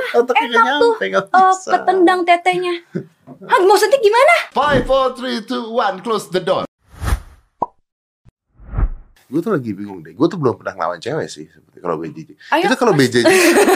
Otaknya enak tuh. Ketendang tetenya. Hah, maksudnya gimana? 5, 4, 3, 2, 1, close the door. Gue tuh lagi bingung deh. Gue tuh belum pernah ngelawan cewek sih seperti kalau BJJ. Itu kalau BJJ.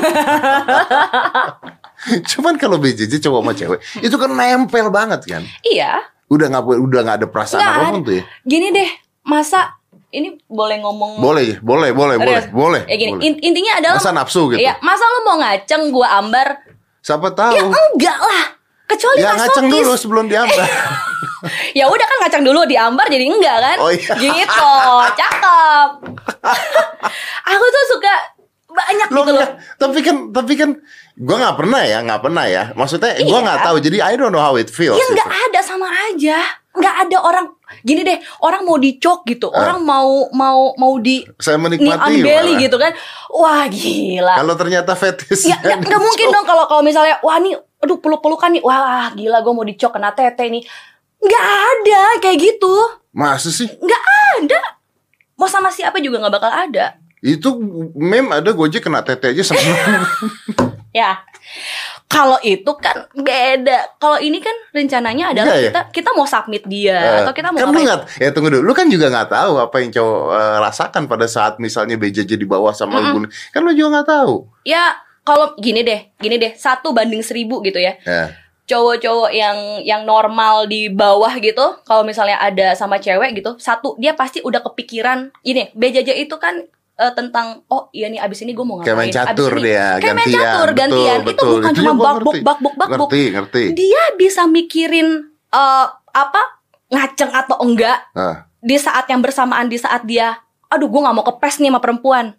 Cuman kalau BJJ cowok sama cewek itu kan nempel banget kan. Iya. Udah nggak ada perasaan apapun tuh ya. Gini deh, masa ini boleh ngomong? Boleh. Ya gini, boleh. intinya adalah masa nafsu gitu. Iya, masa lu mau ngaceng gua ambar? Siapa tahu. Ya enggak lah. Kecuali ya ngaceng masokis. dulu sebelum diambar. Ya udah kan ngaceng dulu diambar jadi enggak kan? Oh iya. Gitu, cakep. Aku tuh suka banyak Loh, gitu loh. Tapi kan gue nggak pernah ya. Maksudnya gue nggak tahu. Jadi I don't know how it feels. Ya nggak ada, sama aja. Nggak ada orang gini deh. Orang mau dicok gitu. Orang mau di saya menikmati belly gitu kan. Wah gila. Kalau ternyata fetish. Ya nggak mungkin dong kalau misalnya wah nih, aduh peluk-pelukan nih. Wah gila, gue mau dicok kena tete nih. Nggak ada kayak gitu. Masa sih? Nggak ada. Mau sama siapa juga nggak bakal ada. Itu meme ada Gojek kena tete aja sama. Ya, kalau itu kan beda. Kalau ini kan rencananya adalah kita mau submit dia atau kita mau kan ngapain? Ya tunggu dulu, lu kan juga nggak tahu apa yang cowok rasakan pada saat misalnya BJJ di bawah sama lu. Kan lu juga nggak tahu. Ya, kalau gini deh, 1 banding 1000 gitu ya. Cowok-cowok yang normal di bawah gitu, kalau misalnya ada sama cewek gitu, satu dia pasti udah kepikiran ini. BJJ itu kan tentang oh iya nih abis ini gue mau ngapain. Kayak main catur dia, kayak main catur gantian. Betul. Itu bukan cuma bakbuk. Ngerti. Dia bisa mikirin ngaceng atau enggak di saat yang bersamaan, di saat dia aduh gue nggak mau kepes nih sama perempuan.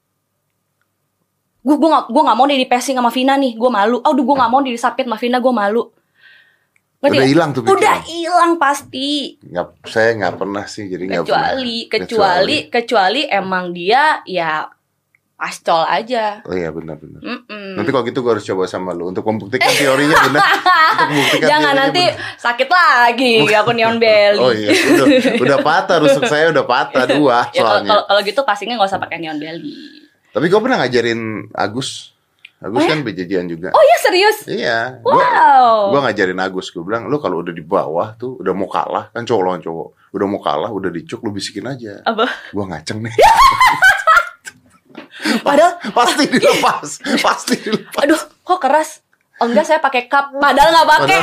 Gue nggak mau nih dipesing sama Vina nih, gue malu. Aduh gue nggak mau disapit sama Vina, gue malu. Udah hilang tuh pikiran. Udah hilang pasti. Saya nggak pernah sih, jadi nggak pernah. Kecuali emang dia ya pascol aja. Oh iya benar. Nanti kalau gitu gue harus coba sama lu untuk membuktikan teorinya benar. Jangan nanti bener. Sakit lagi aku neon belly. Oh iya, udah patah, rusuk saya udah patah 2 soalnya. Kalau gitu pastinya nggak usah pakai neon belly. Tapi gue pernah ngajarin Agus kan BJJ-an juga. Oh iya, serius? Iya. Wow. Gue ngajarin Agus, gue bilang, lu kalau udah di bawah tuh, udah mau kalah, kan cowok lawan cowok, udah mau kalah, udah dicuk, lu bisikin aja. Apa? Gue ngaceng nih. Padahal pasti dilepas. Aduh, kok keras? Oh enggak, saya pakai cup. Padahal nggak pakai.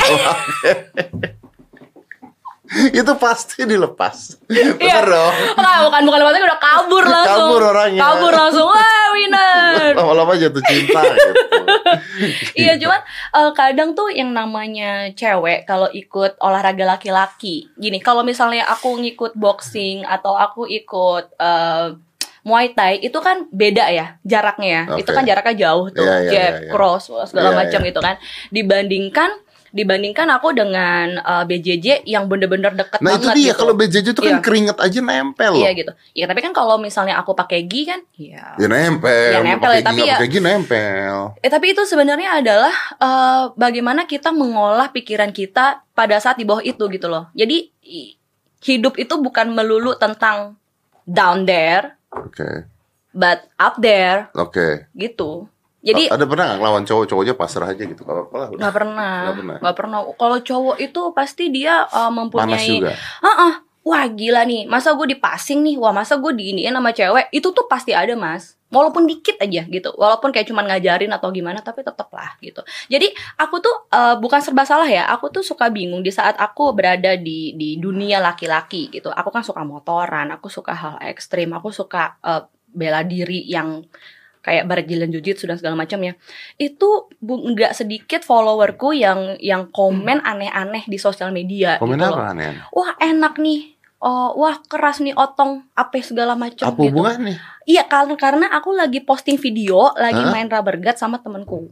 Itu pasti dilepas. Bener dong. Bukan udah kabur langsung. Kabur langsung. Wah, winner. Lama-lama jatuh cinta gitu. Iya, cuman kadang tuh yang namanya cewek kalau ikut olahraga laki-laki. Gini, kalau misalnya aku ngikut boxing atau aku ikut Muay Thai, itu kan beda ya jaraknya ya. Itu kan jaraknya jauh tuh. Jab, cross, segala macam gitu kan. Dibandingkan aku dengan BJJ yang bener-bener deket banget. Nah itu dia, gitu. kalau BJJ itu kan keringet aja nempel loh. Iya gitu. Ya tapi kan kalau misalnya aku pakai gi kan, ya nempel. Ya nempel ya, tapi pakai gi nempel. Tapi itu sebenarnya adalah bagaimana kita mengolah pikiran kita pada saat di bawah itu gitu loh. Jadi hidup itu bukan melulu tentang down there, but up there. Gitu. Jadi ada pernah nggak ngelawan cowok-cowoknya pasrah aja gitu? Nggak pernah. Kalau cowok itu pasti dia mempunyai. Panas juga. Wah gila nih, masa gue dipasing nih, wah masa gue diiniin sama cewek, itu tuh pasti ada mas. Walaupun dikit aja gitu, walaupun kayak cuman ngajarin atau gimana, tapi tetep lah gitu. Jadi aku tuh bukan serba salah ya, aku tuh suka bingung di saat aku berada di dunia laki-laki gitu. Aku kan suka motoran, aku suka hal ekstrim, aku suka bela diri yang kayak Brazilian Jiu-Jitsu dan segala macamnya. Itu nggak sedikit followerku yang komen aneh-aneh di sosial media. Komen gitu apa aneh? Wah enak nih, wah keras nih otong, apa segala macam. Apa hubungannya? Iya karena aku lagi posting video, lagi main rubber guard sama temenku.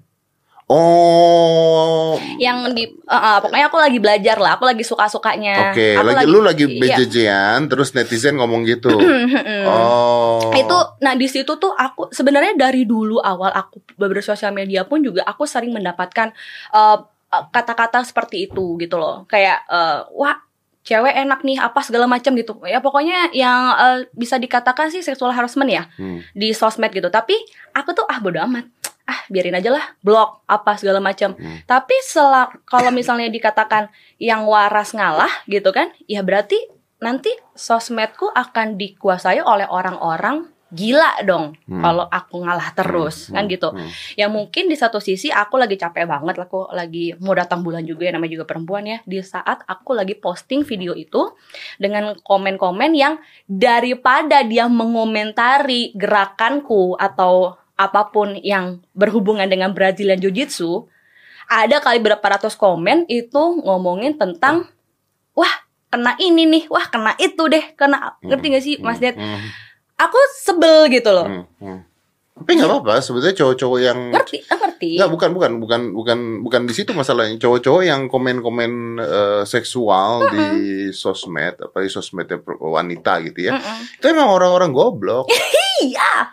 Oh, yang pokoknya aku lagi belajar lah, aku lagi suka-sukanya. Lu lagi BJJ-an, terus netizen ngomong gitu. Itu, nah di situ tuh aku sebenarnya dari dulu awal aku bersosial media pun juga aku sering mendapatkan kata-kata seperti itu gitu loh, kayak wah cewek enak nih apa segala macam gitu. Ya pokoknya yang bisa dikatakan sih sexual harassment ya di sosmed gitu. Tapi aku tuh bodo amat. biarin aja lah, blok apa segala macam. Tapi kalau misalnya dikatakan yang waras ngalah gitu kan, ya berarti nanti sosmedku akan dikuasai oleh orang-orang gila dong kalau aku ngalah terus kan gitu. Ya mungkin di satu sisi aku lagi capek banget, aku lagi mau datang bulan juga ya, namanya juga perempuan ya. Di saat aku lagi posting video itu dengan komen-komen yang daripada dia mengomentari gerakanku atau apapun yang berhubungan dengan Brazilian Jiu-Jitsu, ada kali berapa ratus komen itu ngomongin tentang wah kena ini nih, wah kena itu deh, kena, ngerti gak sih Mas Ded? Aku sebel gitu loh. Tapi nggak apa-apa sebetulnya cowok-cowok yang ngerti. Nggak, bukan di situ masalahnya. Cowok-cowok yang komen-komen seksual di sosmed, apa di sosmednya wanita gitu ya. Itu emang orang-orang goblok. Iya.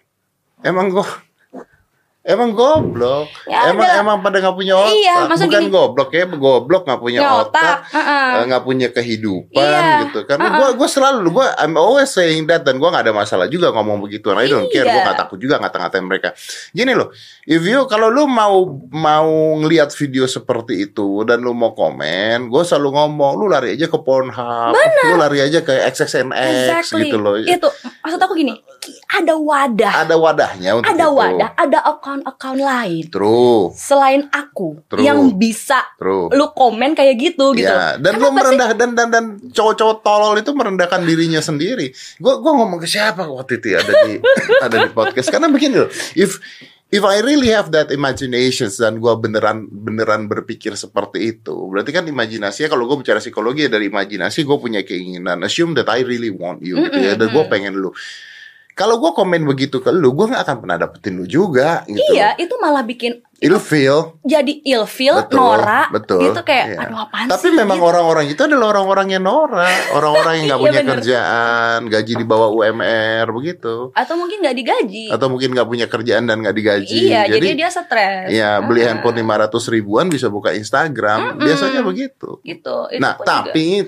Emang goblok. Ya, emang pada nggak punya otak. Iya, bukan gini, goblok ya, goblok nggak punya otak, nggak punya kehidupan gitu kan. Gue selalu I'm always saying that, dan gue nggak ada masalah juga ngomong begitu. I don't care, gue nggak takut juga ngata-ngatain mereka. Gini loh, kalau lu mau ngelihat video seperti itu dan lu mau komen, gue selalu ngomong, lu lari aja ke Pornhub, lu lari aja ke XXNX gitu loh. Itu maksud aku gini, ada wadahnya untuk itu. Ada account lain. True. Selain aku yang bisa lu komen kayak gitu gitu. Ya, dan lu merendah dan cowok-cowok tolol itu merendahkan dirinya sendiri. Gua ngomong ke siapa waktu itu ada di podcast, karena begini loh. If I really have that imaginations dan gue beneran berpikir seperti itu, berarti kan imajinasinya, kalau gue bicara psikologi ya, dari imajinasi gue punya keinginan, assume that I really want you gitu ya, dan gue pengen lu. Kalau gue komen begitu ke lu, gue gak akan pernah dapetin lu juga gitu. Iya, itu malah bikin ilfeel. Jadi ilfeel, norak gitu kayak, aduh apaan sih. Tapi memang gitu. Orang-orang itu adalah orang-orang yang norak, orang-orang yang gak punya kerjaan, gaji di bawah UMR begitu. Atau mungkin gak digaji. Atau mungkin gak punya kerjaan dan gak digaji. Iya, jadi dia stres. Iya, beli handphone 500 ribuan bisa buka Instagram, biasanya begitu. Gitu. Nah, tapi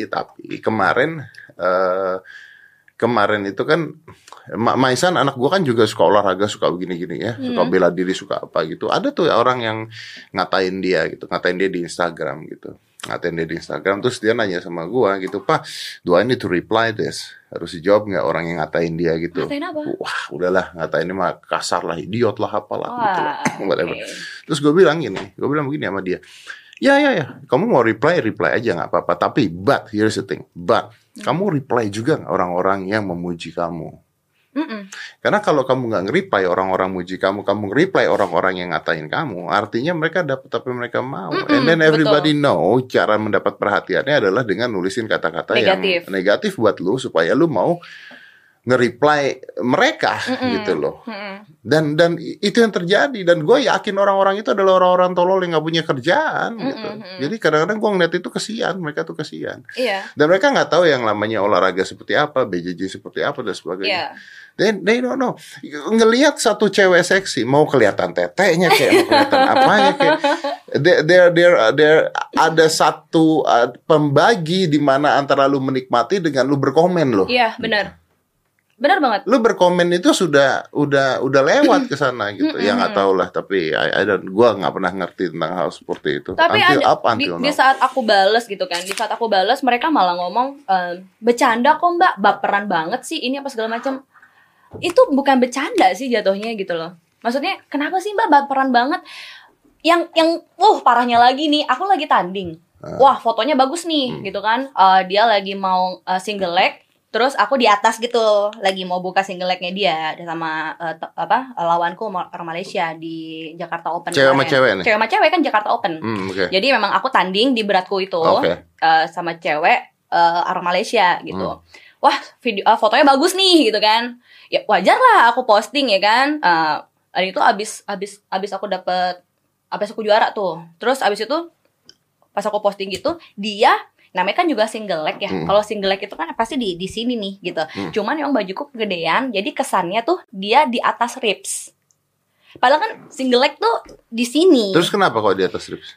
kemarin itu kan Maisan anak gue kan juga suka olahraga, suka begini-gini ya, suka bela diri, suka apa gitu. Ada tuh orang yang ngatain dia di Instagram gitu. Terus dia nanya sama gue gitu, Pak, do I need to reply this? Harus dijawab nggak orang yang ngatain dia gitu? Ngatain apa? Wah, udahlah, ngatain mah kasar lah, idiot lah, apalah gitu lah. Okay. Terus gue bilang begini sama dia. Ya, kamu mau reply aja nggak apa-apa. Tapi, here's the thing, kamu reply juga nggak orang-orang yang memuji kamu? Karena kalau kamu nggak nge-reply orang-orang muji kamu nge-reply orang-orang yang ngatain kamu, artinya mereka dapat apa yang mereka mau. And then everybody know cara mendapat perhatiannya adalah dengan nulisin kata-kata yang negatif buat lu, supaya lu mau nge-reply mereka gitu loh. Dan itu yang terjadi, dan gue yakin orang-orang itu adalah orang-orang tolol yang nggak punya kerjaan gitu. Jadi kadang-kadang gue ngeliat itu kesian, mereka tuh kesian. Dan mereka nggak tahu yang namanya olahraga seperti apa, BJJ seperti apa dan sebagainya. They don't know. Ngelihat satu cewek seksi, mau kelihatan tetenya kayak mau kelihatan apanya kayak there ada satu pembagi di mana antara lu menikmati dengan lu berkomen loh. Iya, benar banget. Lu berkomen itu sudah lewat ke sana gitu. Ya nggak tahu lah, tapi gua nggak pernah ngerti tentang hal seperti itu. Tapi di saat aku bales gitu kan, di saat aku bales mereka malah ngomong bercanda kok Mbak, baperan banget sih ini apa segala macam. Itu bukan bercanda sih jatuhnya gitu loh. Maksudnya kenapa sih Mbak baperan banget? Yang parahnya lagi nih, aku lagi tanding. Wah, fotonya bagus nih gitu kan. Dia lagi mau single leg. Terus aku di atas gitu, lagi mau buka single leg-nya dia sama lawanku orang Malaysia di Jakarta Open. Cewek sama cewek nih? Cewek sama cewek kan Jakarta Open. Okay. Jadi memang aku tanding di beratku itu sama cewek orang Malaysia gitu. Wah, fotonya bagus nih gitu kan. Ya wajar lah aku posting ya kan. Dan itu abis aku juara tuh. Terus abis itu pas aku posting gitu, dia namanya kan juga single leg ya. Kalau single leg itu kan pasti di sini nih gitu. Cuman memang bajuku kegedean, jadi kesannya tuh dia di atas ribs. Padahal kan single leg tuh di sini. Terus kenapa kok di atas ribs?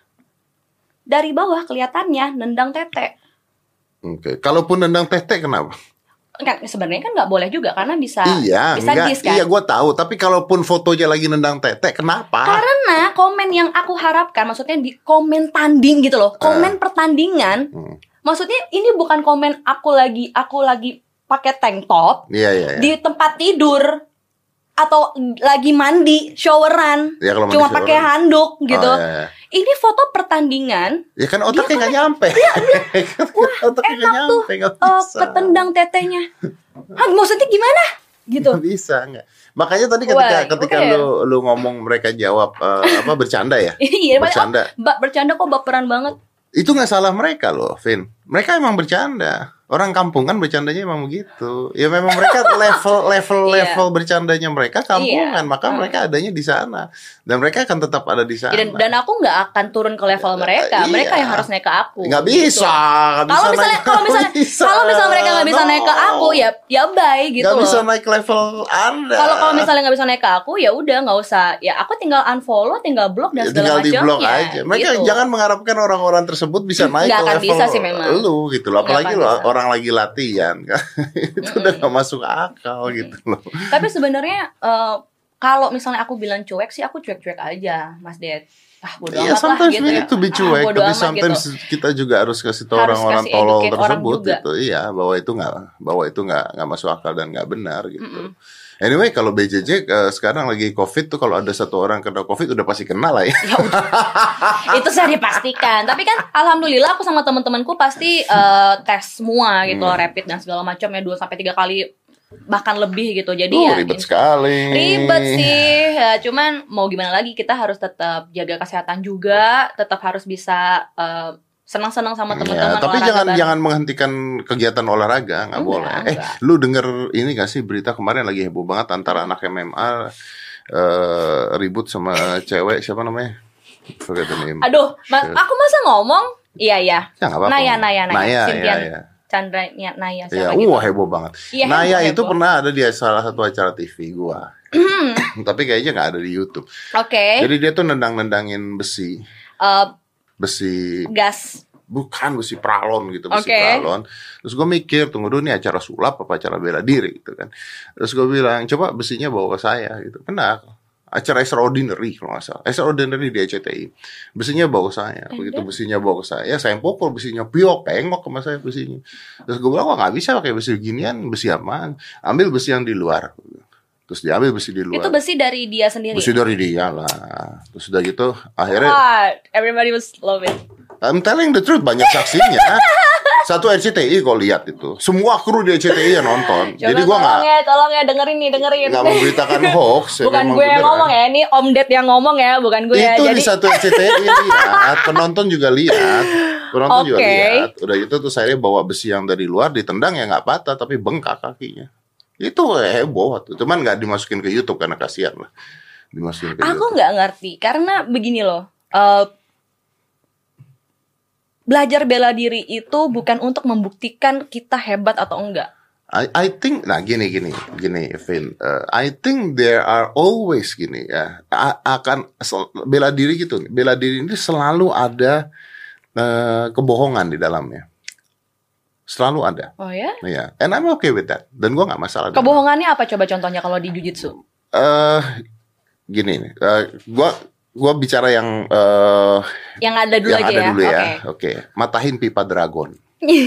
Dari bawah kelihatannya nendang tete. Oke. Kalaupun nendang tete kenapa? kan sebenarnya kan nggak boleh juga karena bisa enggak, dis kan. Iya, gue tahu. Tapi kalaupun fotonya lagi nendang tete, kenapa? Karena komen yang aku harapkan, maksudnya di komen tanding gitu loh, komen pertandingan. Maksudnya ini bukan komen aku lagi pakai tank top di tempat tidur atau lagi mandi, showeran, cuma pakai handuk gitu. Ini foto pertandingan. Ya kan otaknya nggak nyampe. Wah, enak tuh ketendang tetenya. Maksudnya gimana? Gitu. Nggak bisa, nggak. Makanya tadi ketika lu ngomong mereka jawab bercanda ya? Iya, bercanda. Bercanda kok baperan banget. Itu nggak salah mereka loh, Vin. Mereka emang bercanda. Orang kampung kan bercandanya emang begitu. Ya memang mereka level bercandanya mereka kampungan, maka mereka adanya di sana. Dan mereka akan tetap ada di sana. Dan aku nggak akan turun ke level mereka. Mereka yang harus naik ke aku. Nggak bisa. Kalau misalnya mereka nggak bisa naik ke aku, ya bye gitu. Nggak bisa naik ke level Anda. Kalau misalnya nggak bisa naik ke aku, ya udah nggak usah. Ya aku tinggal unfollow, tinggal block dan segala macamnya. Tinggal di block aja. Mereka jangan mengharapkan orang-orang tersebut bisa naik ke level bisa sih memang. Lu gitu loh. Apalagi orang lagi latihan kan. Itu udah gak masuk akal gitu loh. Tapi sebenarnya kalau misalnya aku bilang cuek sih, aku cuek-cuek aja, Mas Ded. Bodo amat lah sometimes gitu we need to be cuek, tapi sometimes gitu. Kita juga harus kasih tahu orang-orang tolol tersebut gitu. Iya, bahwa itu nggak masuk akal dan nggak benar gitu. Anyway, kalau BJJ sekarang lagi COVID tuh, kalau ada satu orang kena COVID udah pasti kena lah ya. Itu saya dipastikan. Tapi kan alhamdulillah aku sama teman-temanku pasti tes semua gitu, rapid dan segala macamnya 2-3 kali bahkan lebih gitu. Jadi ribet sekali. Ribet sih. Ya, cuman mau gimana lagi, kita harus tetap jaga kesehatan juga, tetap harus bisa senang-senang sama teman-teman. Tapi jangan menghentikan kegiatan olahraga, nggak boleh. Lu denger ini gak sih berita kemarin lagi heboh banget antara anak MMA ribut sama cewek, siapa namanya? Forget the name. Aduh, aku masa ngomong? Iya. Ya, Naya. Chandra Naya siapa gitu. Heboh banget. Ya, Naya itu pernah ada di salah satu acara TV gua. Tapi kayaknya nggak ada di YouTube. Oke. Jadi dia tuh nendang-nendangin besi. Besi gas. Bukan besi pralon gitu, besi pralon. Terus gue mikir, tunggu dulu nih acara sulap apa acara bela diri gitu kan. Terus gue bilang, coba besinya bawa ke saya gitu. Benar. Acara extraordinary kalau nggak salah. Extraordinary di RCTI. Besinya bawa ke saya. Begitu besinya bawa ke saya pukul besinya, piok, pengok sama saya besinya. Terus gue bilang, nggak bisa pakai besi ginian, besi apaan? Ambil besi yang di luar. Terus diambil besi di luar. Itu besi dari dia sendiri? Besi dari dia lah. Terus udah gitu akhirnya everybody was loving. I'm telling the truth, banyak saksinya. Satu RCTI kok lihat itu. Semua kru di RCTI yang nonton. Coba jadi gua tolong ya dengerin. Nggak memberitakan hoax. Bukan gue yang ngomong ya, ini Om Ded yang ngomong ya, bukan gue ya. Itu di satu RCTI lihat, penonton juga lihat. Juga lihat. Udah gitu tuh saya bawa besi yang dari luar, ditendang ya nggak patah tapi bengkak kakinya. Itu heboh tuh. Cuman nggak dimasukin ke YouTube karena kasihan lah. Dimasukin ke YouTube. Aku nggak ngerti karena begini loh. Belajar bela diri itu bukan untuk membuktikan kita hebat atau enggak. I think, nah gini, Vin. I think there are always gini ya. Akan bela diri gitu. Bela diri ini selalu ada kebohongan di dalamnya. Selalu ada. Oh ya? Iya. And I'm okay with that. Dan gue nggak masalah. Kebohongannya apa coba contohnya kalau di jujitsu? Gini nih. Gue bicara yang ada dulu aja ya. Oke. Matahin pipa dragon.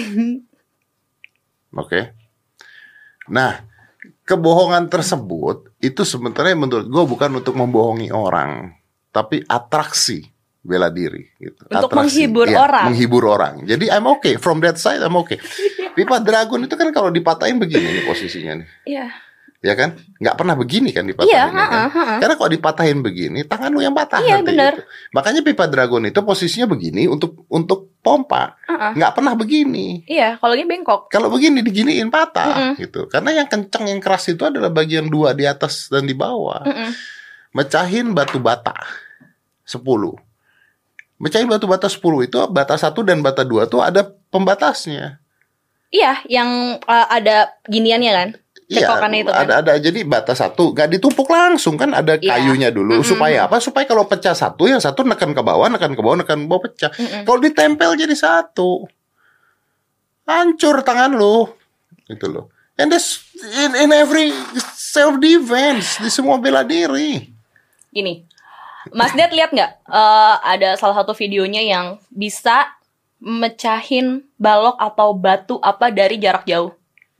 Oke. Nah, kebohongan tersebut itu sebenarnya menurut gue bukan untuk membohongi orang, tapi atraksi bela diri gitu. Untuk menghibur orang. Menghibur orang. Jadi I'm okay from that side, I'm okay. Pipa dragon itu kan kalau dipatahin begini nih posisinya nih. Iya. Ya kan? Nggak pernah begini kan dipatahin. Kan? Karena kalau dipatahin begini, tangan lu yang patah. Iya, benar. Gitu. Makanya pipa dragon itu posisinya begini untuk pompa. Nggak pernah begini. Iya, kalau gini bengkok. Kalau begini diginiin patah gitu. Karena yang kencang yang keras itu adalah bagian 2 di atas dan di bawah. Mecahin batu bata 10. Mecahin batu bata 10 itu bata 1 dan bata 2 tuh ada pembatasnya. Iya, yang ada giniannya kan? Iya, itu kan? ada jadi bata 1 gak ditumpuk langsung kan, ada kayunya dulu. Supaya apa? Supaya kalau pecah satu, yang satu neken ke bawah pecah. Kalau ditempel jadi satu, hancur tangan lu. Gitu loh. And that's in every self defense, di semua bela diri. Gini, Mas Ded lihat nggak? Ada salah satu videonya yang bisa mecahin balok atau batu apa dari jarak jauh.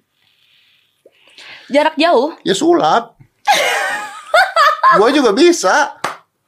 Jarak jauh? Ya sulap. Gua juga bisa.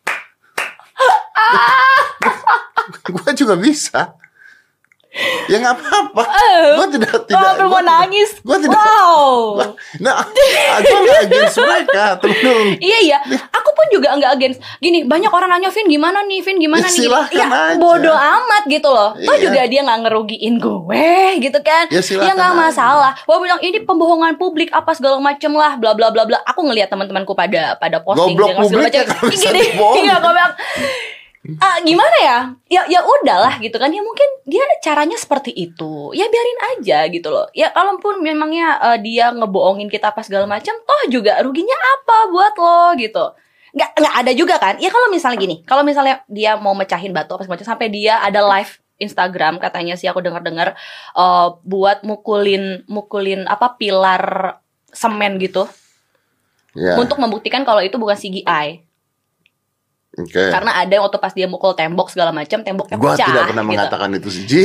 Gua juga bisa. Ya nggak apa-apa. Gue tidak. Gue mau nangis. Gue tidak. Wow. Nah, aku nggak against mereka, temen. Iya. Aku pun juga nggak against. Gini, banyak orang nanya, Vin gimana nih? Silahkan aja. Bodoh amat gitu loh. Toh Iya. juga dia nggak ngerugiin gue, gitu kan? Ya, Ya nggak masalah. Gue bilang ini pembohongan publik apa segala macem lah, bla bla bla bla. Aku ngelihat teman-temanku pada posting. Goblok publik ya kalau bisa dibohong. Iya, gue bilang. Gimana ya? Ya udahlah gitu kan. Ya mungkin dia caranya seperti itu. Ya biarin aja gitu loh. Ya kalaupun memangnya dia ngebohongin kita pas segala macam, toh juga ruginya apa buat lo gitu. Nggak ada juga kan. Ya kalau misalnya gini, kalau misalnya dia mau mecahin batu apa segala macam sampai dia ada live Instagram katanya sih aku dengar buat mukulin apa pilar semen gitu. Ya. Untuk membuktikan kalau itu bukan CGI. Okay. Karena ada yang waktu pas dia mukul tembok segala macam, temboknya Gua pecah. tidak pernah gitu. mengatakan itu CGI.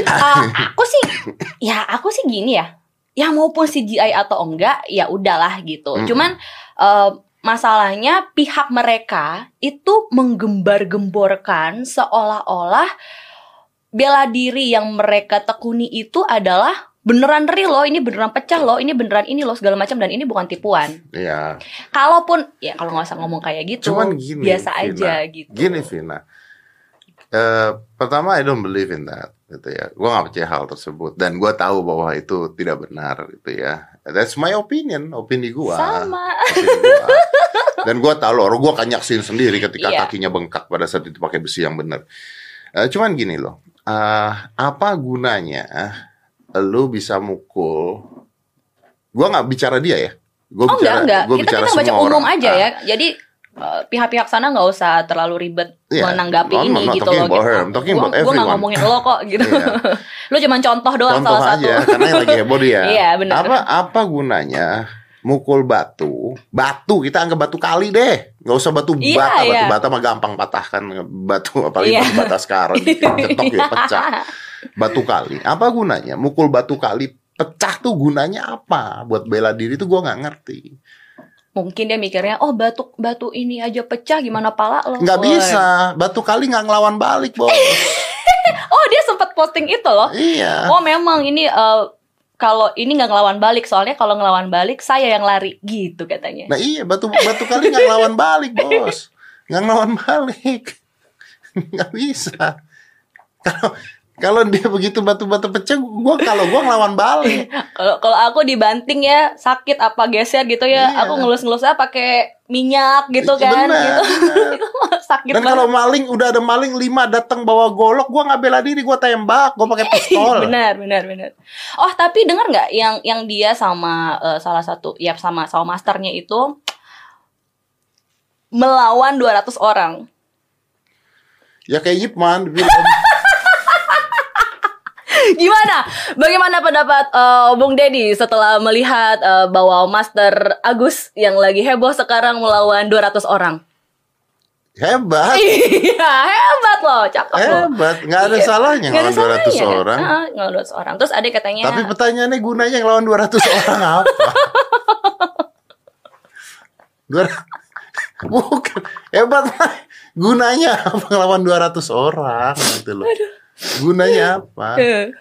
Aku sih gini ya. Ya maupun CGI atau enggak, ya udahlah gitu. Cuman masalahnya pihak mereka itu menggembar-gemborkan seolah-olah bela diri yang mereka tekuni itu adalah beneran real loh, ini beneran pecah loh, ini beneran ini loh segala macam dan ini bukan tipuan. Iya. Kalaupun ya kalau nggak usah ngomong kayak gitu, Cuman gini, biasa Vina, aja gitu. Gini Vina, pertama I don't believe in that, gitu ya. Gue nggak percaya hal tersebut dan gue tahu bahwa itu tidak benar, gitu ya. That's my opinion, opini gue. Sama. Dan gue tahu loh, gue akan nyaksin sendiri ketika Iya. kakinya bengkak pada saat itu pakai besi yang benar. Cuman gini loh, apa gunanya lu bisa mukul? Gue nggak bicara dia ya. Gue Enggak. Kita baca umum orang. aja ya. Jadi pihak-pihak sana nggak usah terlalu ribet menanggapi I'm ini not gitu talking loh. about her, I'm talking about Gue nggak everyone. ngomongin lo kok gitu. Lo cuma contoh doang Contoh salah aja, satu. karena yang lagi heboh dia. Iya, benar. Apa gunanya mukul batu kita anggap batu kali deh, nggak usah batu Iya, bata. Batu iya. bata mah gampang patahkan, batu apalagi Iya. batu bata sekarang ketok ya pecah. Batu kali, apa gunanya mukul batu kali pecah tuh gunanya apa? Buat bela diri tuh gue nggak ngerti. Mungkin dia mikirnya, oh batu ini aja pecah, gimana pala lo? Nggak Woy. bisa, batu kali nggak ngelawan balik, bos. Oh dia sempat posting itu loh. Iya. Oh memang ini kalau ini nggak ngelawan balik, soalnya kalau ngelawan balik saya yang lari gitu katanya. Nah iya, batu kali nggak ngelawan balik, bos. Nggak ngelawan balik. Nggak bisa. Kalau dia begitu batu-batu pecah, kalau gua ngelawan balik. Kalau aku dibanting ya sakit apa geser gitu ya, Iya. aku ngelus-ngelusnya pakai minyak gitu kan. Benar, Gitu. Sakit Dan banget. kalau maling udah ada maling 5 datang bawa golok, gua nggak bela diri, gua tembak, gua pakai pistol. benar. Oh tapi dengar nggak yang dia sama salah satu ya sama masternya itu melawan 200 orang. Ya kayak Ip Man di film. Gimana? Bagaimana pendapat Bung Deddy setelah melihat bahwa Master Agus yang lagi heboh sekarang melawan 200 orang? Hebat. Iya, hebat loh, cakep loh. Hebat, nggak ada Iya. salahnya Nggak ada ngelawan 200 salahnya, kan? orang. Ngelawan 200 orang. Terus ada katanya Tapi pertanyaannya gunanya ngelawan 200 orang apa? Bukan. Hebat. Gunanya apa ngelawan 200 orang gitu loh. Gunanya apa?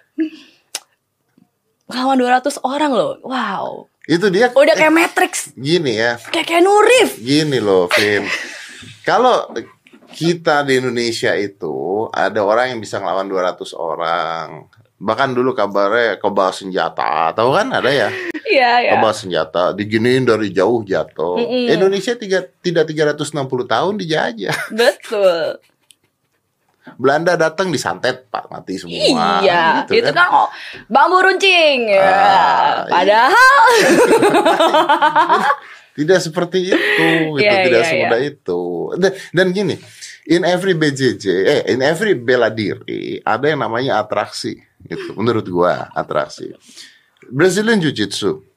ngelawan 200 orang loh. Wow. Itu dia. Udah kayak Matrix. Gini ya. Kayak Nurif. Gini loh, Vin. Kalau kita di Indonesia itu ada orang yang bisa ngelawan 200 orang. Bahkan dulu kabarnya kebal senjata. Tahu kan ada ya? Iya. Kebal senjata diginiin dari jauh jatuh. Indonesia tidak 360 tahun dijajah. Betul. Belanda datang disantet, Pak, mati semua. Iya, gitu itu kan bambu runcing. Ya. Padahal tidak seperti itu, gitu. Iya, Tidak iya, semudah itu. Dan gini, in every in every bela diri ada yang namanya atraksi, gitu. Menurut gua atraksi. Brazilian Jiu-Jitsu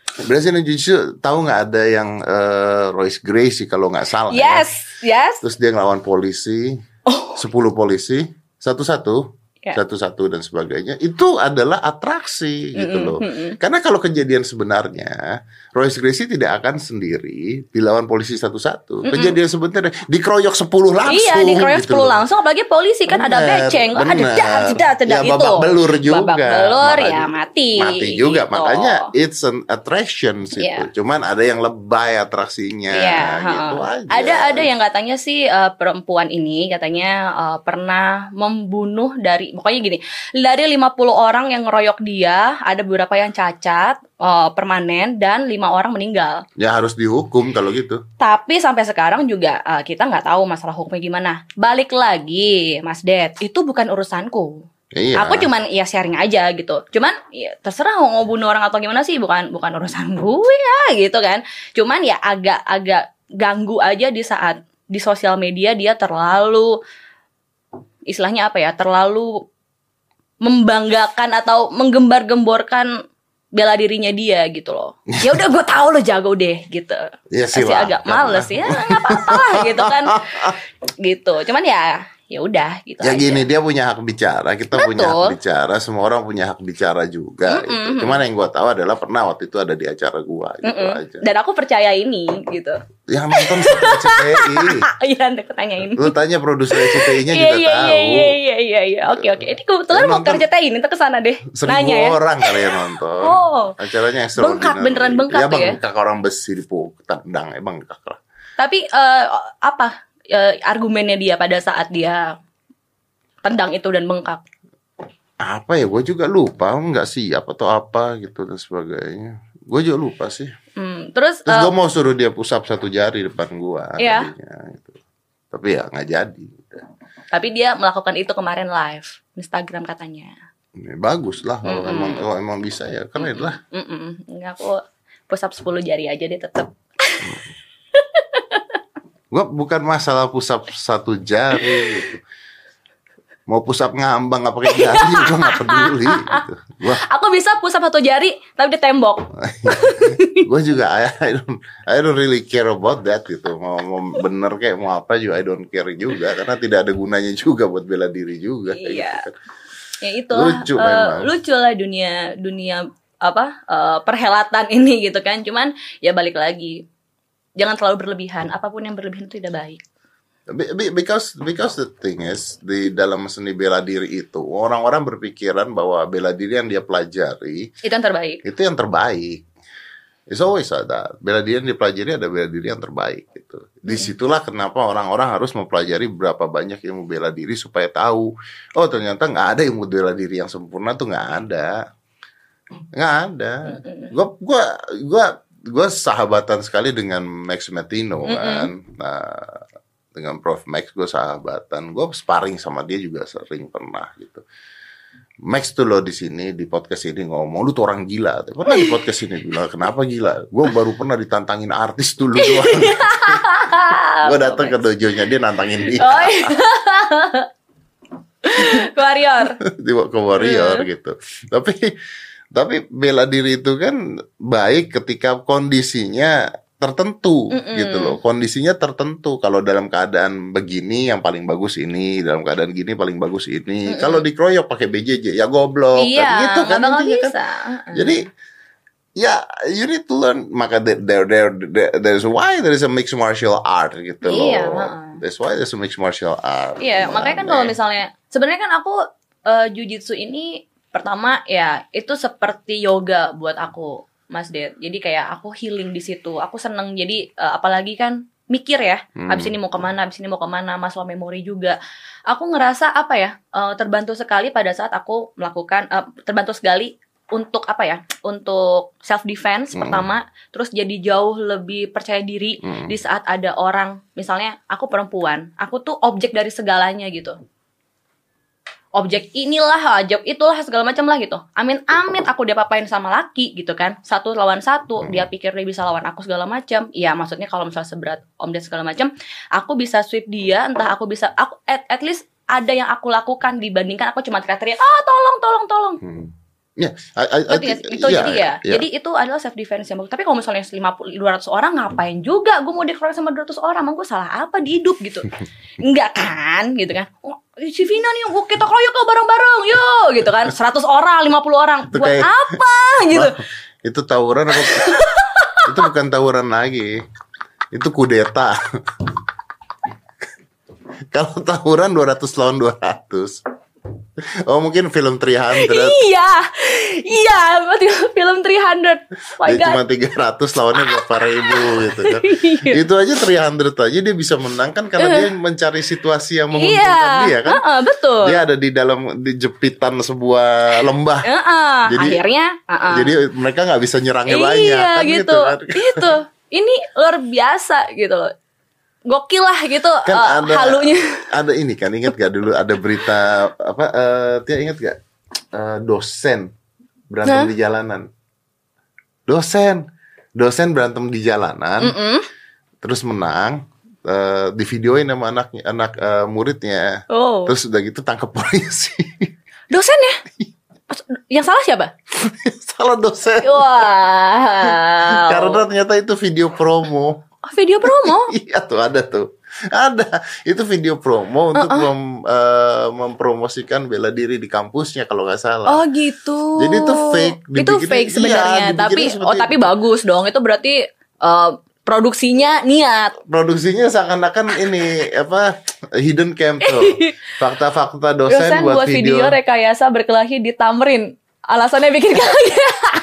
Brazilian Jiu-Jitsu tahu nggak ada yang Royce Gracie kalau nggak salah Yes. Terus dia ngelawan polisi, 10 polisi, satu-satu dan sebagainya. Itu adalah atraksi gitu loh. Karena kalau kejadian sebenarnya Royce Gracie tidak akan sendiri dilawan polisi satu-satu. Kejadian sebenarnya dikeroyok 10 langsung. Iya, dikeroyok gitu 10 loh. langsung, apalagi polisi kan ada beceng, ada Ya, itu. babak belur juga. Babak belur Makanya, ya mati. Mati juga, gitu. makanya it's an attraction situ. Iya. Cuman ada yang lebay atraksinya gitu aja. Ada yang katanya sih perempuan ini katanya pernah membunuh pokoknya gini, dari 50 orang yang ngeroyok dia, ada beberapa yang cacat permanen dan 5 orang meninggal. Ya harus dihukum kalau gitu. Tapi sampai sekarang juga kita nggak tahu masalah hukumnya gimana. Balik lagi, Mas Ded, itu bukan urusanku. Iya. Aku cuman ya sharing aja gitu. Cuman ya terserah mau bunuh orang atau gimana sih, bukan urusan gue ya gitu kan. Cuman ya agak ganggu aja di saat di sosial media dia terlalu, istilahnya apa ya, terlalu membanggakan atau menggembar-gemborkan bela dirinya dia gitu loh. Ya udah, gue tahu lo jago deh gitu. Ya Masih agak males ya, nggak apa-apa lah gitu kan. Gitu. Cuman ya udah gitu. Ya aja. gini, dia punya hak bicara, kita punya Betul. hak bicara, semua orang punya hak bicara juga. Gitu. Cuman yang gue tahu adalah pernah waktu itu ada di acara gue gitu aja. Dan aku percaya ini gitu. Yang nonton CTI. Iya, aku tanyain. Lu tanya produser CTI-nya juga tahu. Iya. Oke. Ini kebetulan mau kerja ini, ntar kesana deh. 1000 Nanya ya. orang kali yang nonton. Oh. Acaranya extraordinary. Beneran bengkak ya, tuh ya? bengkak orang besi tendang, bengkak lah. Tapi apa argumennya dia pada saat dia tendang itu dan bengkak? Apa ya, gue juga lupa, nggak siap atau apa gitu dan sebagainya. Gue juga lupa sih. Terus gue mau suruh dia push up 1 jari depan gue Iya. tadinya, gitu. Tapi ya nggak jadi. tapi dia melakukan itu kemarin live Instagram katanya. Ini bagus lah kalau emang bisa ya, keren lah. Enggak, aku push up 10 jari aja deh tetap. Gue bukan masalah push up 1 jari gitu. Mau push up ngambang nggak pakai jari gue nggak peduli gitu. Aku bisa push up 1 jari tapi di tembok. Gue juga I don't really care about that gitu. Mau bener kayak mau apa juga I don't care juga, karena tidak ada gunanya juga buat bela diri juga. Iya. Gitu kan. Ya itulah. Lucu lah dunia apa perhelatan ini gitu kan. Cuman ya balik lagi, jangan terlalu berlebihan. Apapun yang berlebihan itu tidak baik. Because the thing is, di dalam seni bela diri itu orang-orang berpikiran bahwa bela diri yang dia pelajari Itu yang terbaik. itu yang terbaik. It's always ada. Bela diri yang dipelajari ada bela diri yang terbaik gitu. Disitulah kenapa orang-orang harus mempelajari berapa banyak ilmu bela diri supaya tahu, oh ternyata nggak ada ilmu bela diri yang sempurna, tuh nggak ada. Gue sahabatan sekali dengan Max Metino kan. Nah, dengan Prof Max gue sahabatan, gue sparring sama dia juga sering pernah gitu. Max tuh lo di sini di podcast ini ngomong lu tuh orang gila. Pernah di podcast ini bilang kenapa gila? Gue baru pernah ditantangin artis dulu doang. Gue datang ke dojonya dia nantangin dia. Oh, iya. Warrior. Ke warrior gitu. Tapi bela diri itu kan baik ketika kondisinya tertentu gitu loh. Kondisinya tertentu. Kalau dalam keadaan begini yang paling bagus ini, dalam keadaan gini paling bagus ini. Kalau dikeroyok pakai BJJ ya goblok. Iya, kan gitu kan bakal intinya bisa. Kan. Jadi ya you need to learn. Maka there's why there is a mixed martial art gitu loh. Iya, That's why there's a mixed martial art. Iya, makanya kan kalau misalnya sebenarnya kan aku jujitsu ini pertama ya itu seperti yoga buat aku, Mas Ded. Jadi kayak aku healing di situ. Aku seneng. Jadi apalagi kan mikir ya. Abis ini mau kemana, masalah memori juga. Aku ngerasa apa ya, terbantu sekali pada saat aku melakukan, terbantu sekali untuk apa ya, untuk self defense pertama. Terus jadi jauh lebih percaya diri di saat ada orang, misalnya aku perempuan, aku tuh objek dari segalanya gitu. Objek inilah, objek itulah, segala macam lah gitu. Amin aku diapa-apain sama laki gitu kan. 1 lawan 1, dia pikir dia bisa lawan aku segala macam. Iya, maksudnya kalau misalnya seberat Om Ded segala macam, aku bisa sweep dia, entah aku bisa, at least ada yang aku lakukan dibandingkan aku cuma teriak-teriak, tolong. Ya, Jadi itu adalah self defense yang bagus. Tapi kalau misalnya 200 orang ngapain juga gue mau dikeroyok sama 200 orang? Emang gue salah apa di hidup gitu? Enggak kan, gitu kan. Oh, si Vina nih, kita keroyok lo bareng-bareng, yo, gitu kan. 100 orang, 50 orang, itu buat kayak, apa gitu? Itu tawuran apa? Itu bukan tawuran lagi. Itu kudeta. Kalau tawuran 200 lawan 200. Oh mungkin film 300. Iya, film 300. Cuma 300 lawannya berapa ribu gitu kan. Itu aja 300 aja dia bisa menang kan karena dia mencari situasi yang menguntungkan dia kan. Betul. Dia ada di dalam di jepitan sebuah lembah. Jadi akhirnya jadi mereka nggak bisa nyerangnya banyak kan gitu kan. Gitu. Ini luar biasa gitu loh. Gokil lah gitu kan halunya. Ada ini kan, ingat gak dulu ada berita apa? Tia ingat gak dosen berantem di jalanan? Dosen berantem di jalanan, terus menang, di videoin sama anak muridnya, terus udah gitu tangkap polisi. Dosen ya? Yang salah siapa? Salah dosen. Wow. Karena ternyata itu video promo. Video promo? Iya tuh ada. Itu video promo untuk mempromosikan bela diri di kampusnya kalau nggak salah. Oh gitu. Jadi itu fake. Itu fake sebenarnya. Tapi bagus dong. Itu berarti produksinya niat. Produksinya seakan-akan ini apa hidden cam tuh. Fakta-fakta dosen buat video rekayasa berkelahi di Tamrin. Alasannya bikin kaget.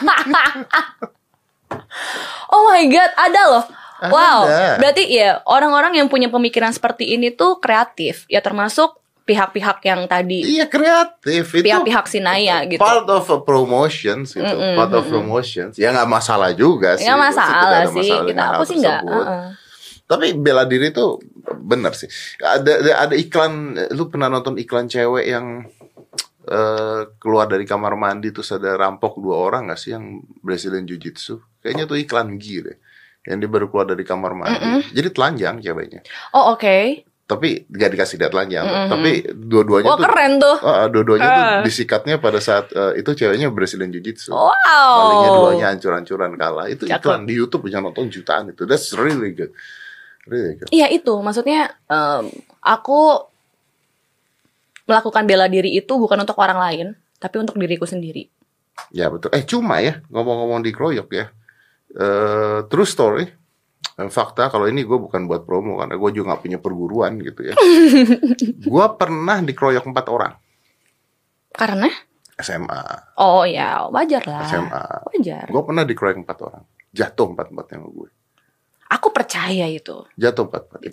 Oh my god, ada loh. Wow, berarti ya orang-orang yang punya pemikiran seperti ini tuh kreatif. Ya termasuk pihak-pihak yang tadi. Iya kreatif. Itu pihak-pihak Sinaya gitu. Part of a promotions gitu. Part of promotions. Ya nggak masalah juga sih. Nggak masalah sih. Aku sih nggak. Tapi bela diri tuh bener sih. Ada iklan. Lu pernah nonton iklan cewek yang keluar dari kamar mandi terus ada rampok 2 orang nggak sih yang Brazilian Jiu-Jitsu? Kayaknya tuh iklan G deh. Yang dia baru keluar dari kamar mandi. Jadi telanjang ceweknya. Oh oke. Tapi gak dikasih dia telanjang. Tapi dua-duanya tuh keren tuh. Dua-duanya tuh disikatnya pada saat itu ceweknya Brazilian Jiu-Jitsu. Wow. Malingnya duanya hancur-hancuran kalah. Itu iklan di YouTube bisa nonton jutaan itu. That's really good. Really good. Iya itu. Maksudnya aku melakukan bela diri itu bukan untuk orang lain, tapi untuk diriku sendiri. Ya betul. Cuma ya ngomong-ngomong dikeroyok ya. True story. Fakta kalau ini gue bukan buat promo karena gue juga gak punya perguruan gitu ya. Gue pernah dikeroyok 4 orang. Karena? SMA. Oh ya wajar lah. SMA. Wajar. Gue pernah dikeroyok 4 orang. Jatuh 4-4 sama gue. Aku percaya itu. Jatuh 4-4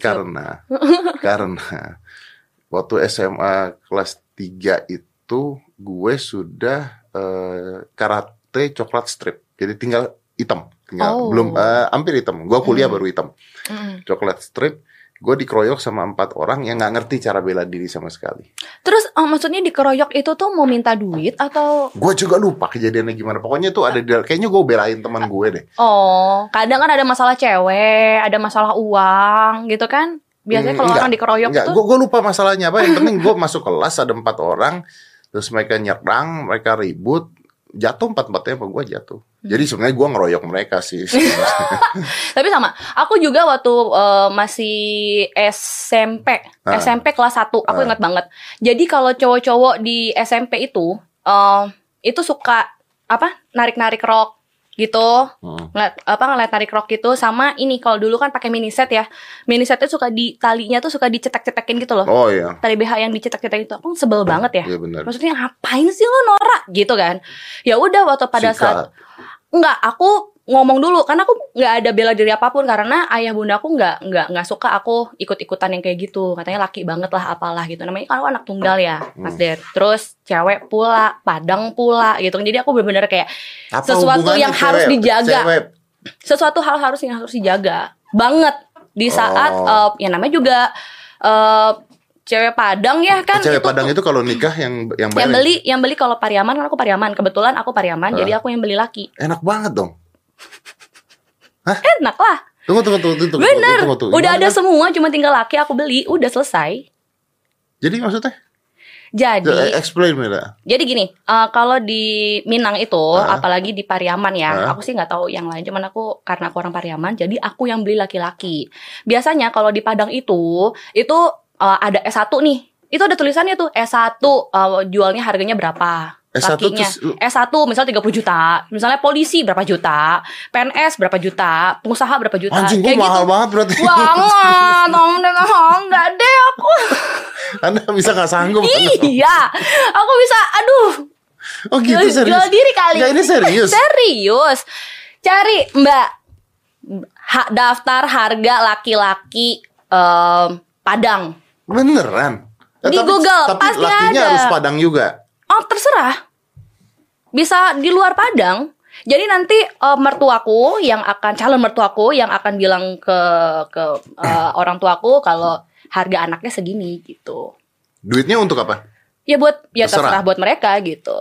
karena waktu SMA kelas 3 itu gue sudah karate coklat strip. Jadi tinggal hitam. Belum hampir hitam. Gue kuliah baru hitam. Coklat strip. Gue dikeroyok sama 4 orang yang nggak ngerti cara bela diri sama sekali. Terus maksudnya dikeroyok itu tuh mau minta duit atau? Gue juga lupa kejadiannya gimana. Pokoknya tuh ada kayaknya gue belain teman gue deh. Oh, kadang kan ada masalah cewek, ada masalah uang gitu kan? Biasanya kalau orang dikeroyok tuh. Gue lupa masalahnya apa. Yang penting gue masuk kelas ada 4 orang. Terus mereka nyerang, mereka ribut. Jatuh 4-4-nya apa gue jatuh. Jadi sebenarnya gue ngeroyok mereka sih. Tapi sama, aku juga waktu masih SMP kelas 1, aku ingat banget. Jadi kalau cowok-cowok di SMP itu suka narik-narik rok gitu, ngeliat tarik rok gitu, sama ini kalau dulu kan pakai miniset ya, minisetnya suka di talinya tuh suka dicetak-cetakin gitu loh. Oh iya. Tali BH yang dicetak-cetakin itu, aku sebel banget ya. Iya benar. Maksudnya ngapain sih lo norak gitu kan? Ya udah waktu pada saat aku ngomong dulu karena aku nggak ada bela diri apapun karena ayah bunda aku nggak suka aku ikut-ikutan yang kayak gitu, katanya laki banget lah apalah gitu, namanya kan aku anak tunggal ya Mas Der, terus cewek pula, Padang pula gitu, jadi aku benar-benar kayak apa sesuatu yang harus dijaga, sesuatu hal yang harus dijaga banget di saat ya namanya juga cewek Padang ya kan. Cewek Padang itu kalau nikah yang beli kalau Pariaman kan aku Pariaman, kebetulan aku Pariaman jadi aku yang beli laki. Enak banget dong. Hah? Enak lah. Tunggu. Bener. Udah ada semua, cuma tinggal laki aku beli, udah selesai. Jadi maksudnya? Jadi explain Mira. Jadi gini, kalau di Minang itu, apalagi di Pariaman ya, aku sih nggak tahu yang lain. Cuman karena aku orang Pariaman, jadi aku yang beli laki-laki. Biasanya kalau di Padang itu ada S1 nih. Itu ada tulisannya tuh S1 jualnya harganya berapa. S1 lakinya. S1 misal 30 juta. Misalnya polisi berapa juta, PNS berapa juta, pengusaha berapa juta. Anjing, gue mahal banget berarti. Banget. Enggak deh aku. Anda bisa gak sanggup? Iya. Aku bisa, aduh. Oh gitu, serius? Jual diri kali. Enggak, ini serius? Serius. Cari Mbak daftar harga laki-laki Padang. Beneran? Di Google tapi pasti lakinya ada. harus Padang juga? Oh terserah. Bisa di luar Padang. Jadi nanti calon mertuaku yang akan bilang ke orang tuaku kalau harga anaknya segini gitu. Duitnya untuk apa? Ya terserah buat mereka gitu.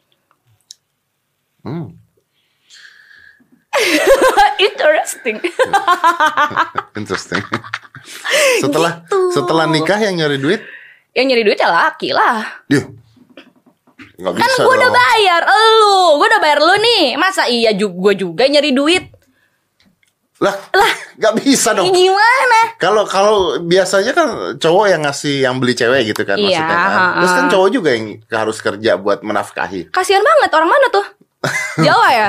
Interesting. Interesting. Setelah nikah yang nyari duit? Yang nyari duit ya laki lah. Nggak Kan bisa gue udah dong. bayar lu nih. Masa iya gue juga nyari duit? Lah, nggak bisa dong. Gimana? Kalau biasanya kan cowok yang beli cewek gitu kan, Iya, maksudnya kan. Terus kan cowok juga yang harus kerja buat menafkahi. Kasian banget, orang mana tuh? Jawa ya?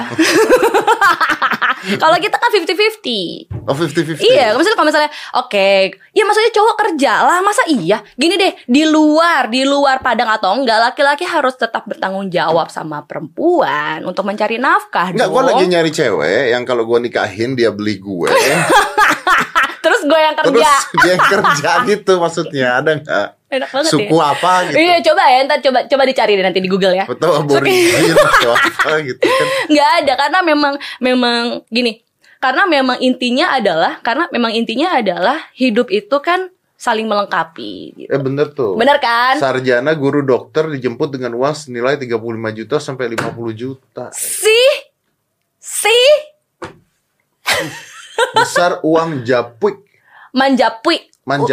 Kalau kita kan 50-50. Oh, 50-50. Iya, kalau misalnya oke, ya maksudnya cowok kerja lah, masa iya? Gini deh, di luar Padang atau enggak, laki-laki harus tetap bertanggung jawab sama perempuan untuk mencari nafkah. Enggak, dong. gue lagi nyari cewek yang kalau gue nikahin dia beli gue. Terus gue yang kerja. Terus dia yang kerja gitu maksudnya, ada nggak? Enak banget suku ya. apa gitu? Iya, coba ya, coba dicari deh nanti di Google ya. Betul, Aborigin atau apa gitu kan? Nggak ada, karena memang gini. Karena memang intinya adalah hidup itu kan saling melengkapi gitu. Bener tuh. Bener kan? Sarjana guru dokter dijemput dengan uang senilai 35 juta sampai 50 juta. Besar uang japuik. Manjapui.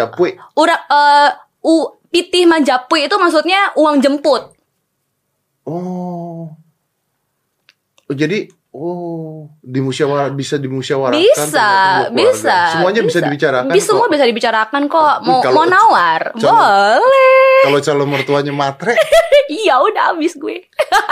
Pitih manjapui itu maksudnya uang jemput. Jadi bisa dimusyawarahkan. Bisa. Semuanya bisa dibicarakan. Semua bisa dibicarakan kok. Mau nawar, calon, boleh. Kalau calon mertuanya matre, iya udah habis gue.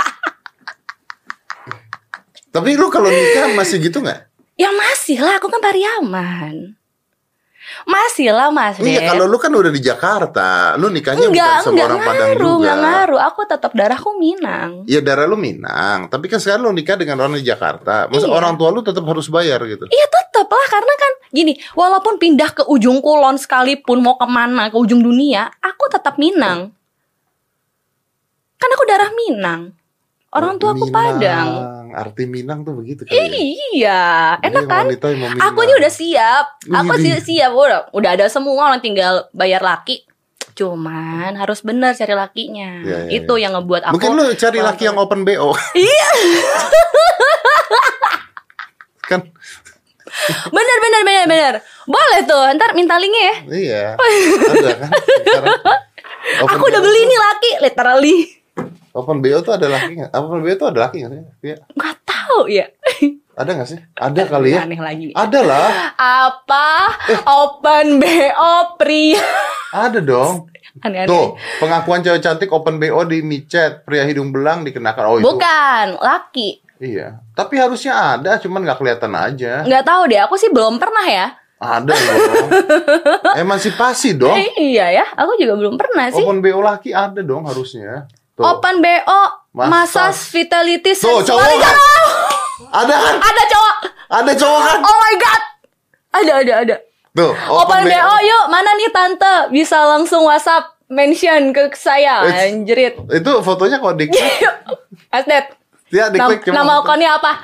Tapi lu kalau nikah masih gitu nggak? Ya masih lah, aku kan Pariaman. Masih lah Mas Ded. Iya, kalau lu kan udah di Jakarta, lu nikahnya bukan sama orang Padang juga. Enggak ngaruh, aku tetap darahku Minang. Iya, darah lu Minang, tapi kan sekarang lu nikah dengan orang di Jakarta. Masa orang tua lu tetap harus bayar gitu? Iya tetap lah, karena kan gini, walaupun pindah ke ujung kulon sekalipun, mau kemana, ke ujung dunia, aku tetap Minang. Kan aku darah Minang. Orang tua aku Padang. Arti Minang tuh begitu kan? Iya, enak kan? Aku ini udah siap. Siap. Udah ada semua, orang tinggal bayar laki. Cuman harus benar cari lakinya. Itu yang ngebuat aku. Mungkin lu cari laki yang open BO. Iya. Kan? Bener. Boleh tuh. Ntar minta linknya ya. Iya. Ada kan? Aku udah beli nih laki, literally. Open BO tuh ada laki nggak? Open BO tuh ada laki nggak sih? Iya. Nggak tahu ya. Ada nggak sih? Ada kali ya. Aneh lagi. Ada lah. Apa? Open BO pria. Ada dong. Aneh-aneh. Tuh, pengakuan cewek cantik open BO di micet, pria hidung belang dikenakan. Oh itu. Bukan, laki. Iya. Tapi harusnya ada, cuman nggak kelihatan aja. Nggak tahu deh. Aku sih belum pernah ya. Ada dong. Emansipasi dong. Iya ya. Aku juga belum pernah sih. Open BO laki ada dong harusnya. Tuh. Open BO Massage Vitality Tuh, cowok kan? Ada kan? Ada cowok kan? Oh my god. Ada. Tuh, Open BO yuk. Mana nih tante? Bisa langsung WhatsApp mention ke saya. Anjrit. Itu fotonya kok diklik. Asdet. Ya, diklik nama akunnya apa?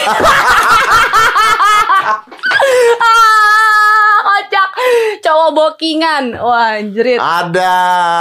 Kocak. Cowok bookingan. Wah, anjrit. Ada.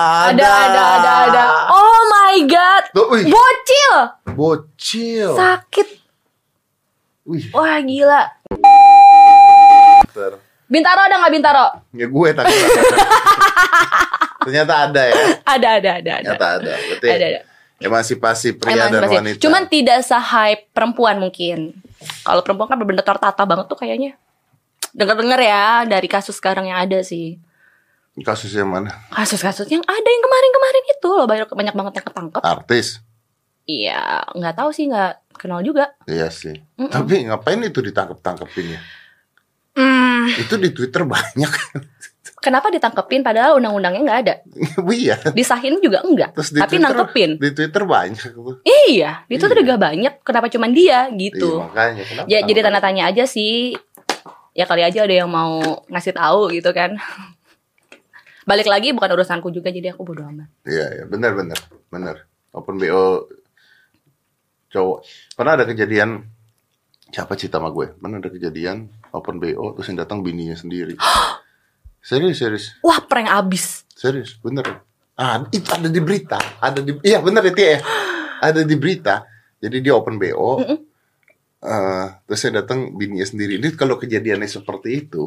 Oh my god. Tuh, Bocil. Sakit. Wih. Wah, gila. Bintaro ada nggak Bintaro? Ya gue tadi. Ternyata ada ya. Ada. Ternyata ada. Berarti Ada. emansipasi pria dan wanita. Cuman tidak se-hype perempuan mungkin. Kalau perempuan kan bener-bener tertata banget tuh kayaknya. Dengar-dengar ya dari kasus sekarang yang ada sih. Kasus yang mana? Kasus-kasus yang ada yang kemarin-kemarin itu loh, banyak banget yang ketangkep. Artis. Iya, nggak tahu sih, nggak kenal juga. Iya sih. Tapi ngapain itu ditangkep-tangkepin ya? Itu di Twitter banyak. Kenapa ditangkepin padahal undang-undangnya nggak ada? Iya. Disahin juga enggak. Terus di tapi Twitter, nangkepin. Di Twitter banyak. Iya, di Twitter juga banyak. Kenapa cuman dia gitu? Iya, makanya. Kenapa Ya, jadi tanda tanya aja sih. Ya kali aja ada yang mau ngasih tahu gitu kan. Balik lagi bukan urusanku juga, jadi aku bodo amat. Iya, benar. Open BO cowok. Pernah ada kejadian, siapa cerita sama gue? Pernah ada kejadian open BO terus yang datang bininya sendiri. Serius. Wah, prank abis. Serius, bener. Itu ada di berita. Iya bener itu ya. Ada di berita. Jadi dia open BO. Terus yang datang bininya sendiri. Ini kalau kejadiannya seperti itu.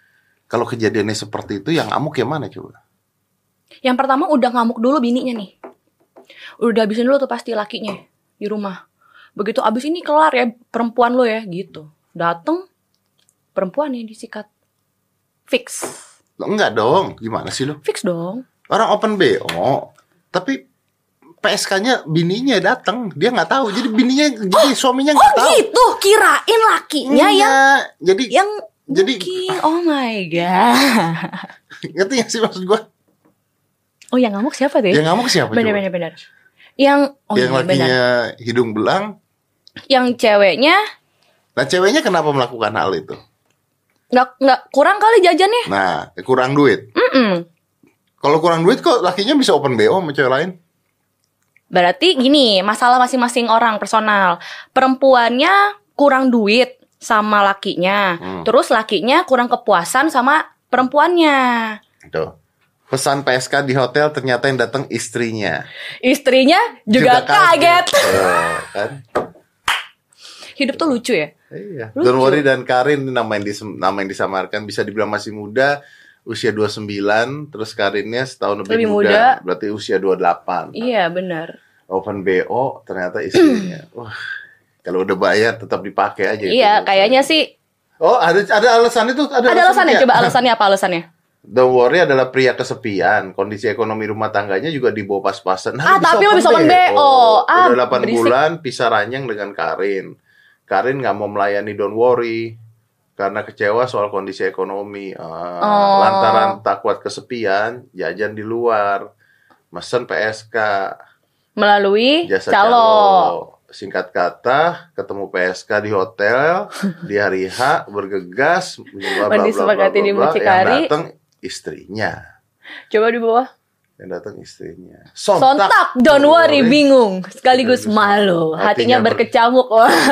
Yang ngamuk yang mana coba? Yang pertama udah ngamuk dulu bininya nih. Udah habisin dulu tuh pasti lakinya di rumah. Begitu abis ini kelar ya perempuan lo ya gitu. Dateng perempuan yang disikat. Fix. Enggak dong, gimana sih lo? Fix dong. Orang open BO, tapi PSK-nya bininya datang, dia nggak tahu. Jadi bininya, jadi suaminya nggak tahu. Oh gitu, kirain lakinya yang oh my god. Ngerti gak sih maksud gue? Oh yang ngamuk siapa tuh? Yang ngamuk siapa? Bener. Yang lakinya hidung belang. Yang ceweknya. Nah ceweknya kenapa melakukan hal itu? Nggak kurang kali jajannya. Nah kurang duit. Kalau kurang duit kok lakinya bisa open BO sama cewek lain? Berarti gini, masalah masing-masing orang personal. Perempuannya kurang duit sama lakinya. Terus lakinya kurang kepuasan sama perempuannya. Tuh. Pesan PSK di hotel ternyata yang datang istrinya. Istrinya juga kaget. Kan? Hidup tuh lucu ya. Iya. Don't Worry dan Karin nama yang disamarkan, bisa dibilang masih muda, usia 29, terus Karinnya setahun lebih muda, berarti usia 28. Iya, benar. Open BO ternyata istrinya. Wah, kalau udah bayar tetap dipakai aja. Iya, kayaknya sih. Oh, ada alasan itu, ada alasannya. Coba alasannya apa alasannya? Don't Worry adalah pria kesepian, kondisi ekonomi rumah tangganya juga di bawah pas-pasan. Tapi lo bisa open BO. Udah 8 bulan pisah ranjang dengan Karin. Karin nggak mau melayani Don't Worry karena kecewa soal kondisi ekonomi. Lantaran tak kuat kesepian, jajan di luar, mesen PSK melalui jasa calo. Singkat kata, ketemu PSK di hotel di hari H, bergegas, disepakati di Mucikari. Yang datang istrinya. Coba di bawah. Yang datang istrinya. Sontak, Don't Worry bingung, sekaligus malu, hatinya berkecamuk.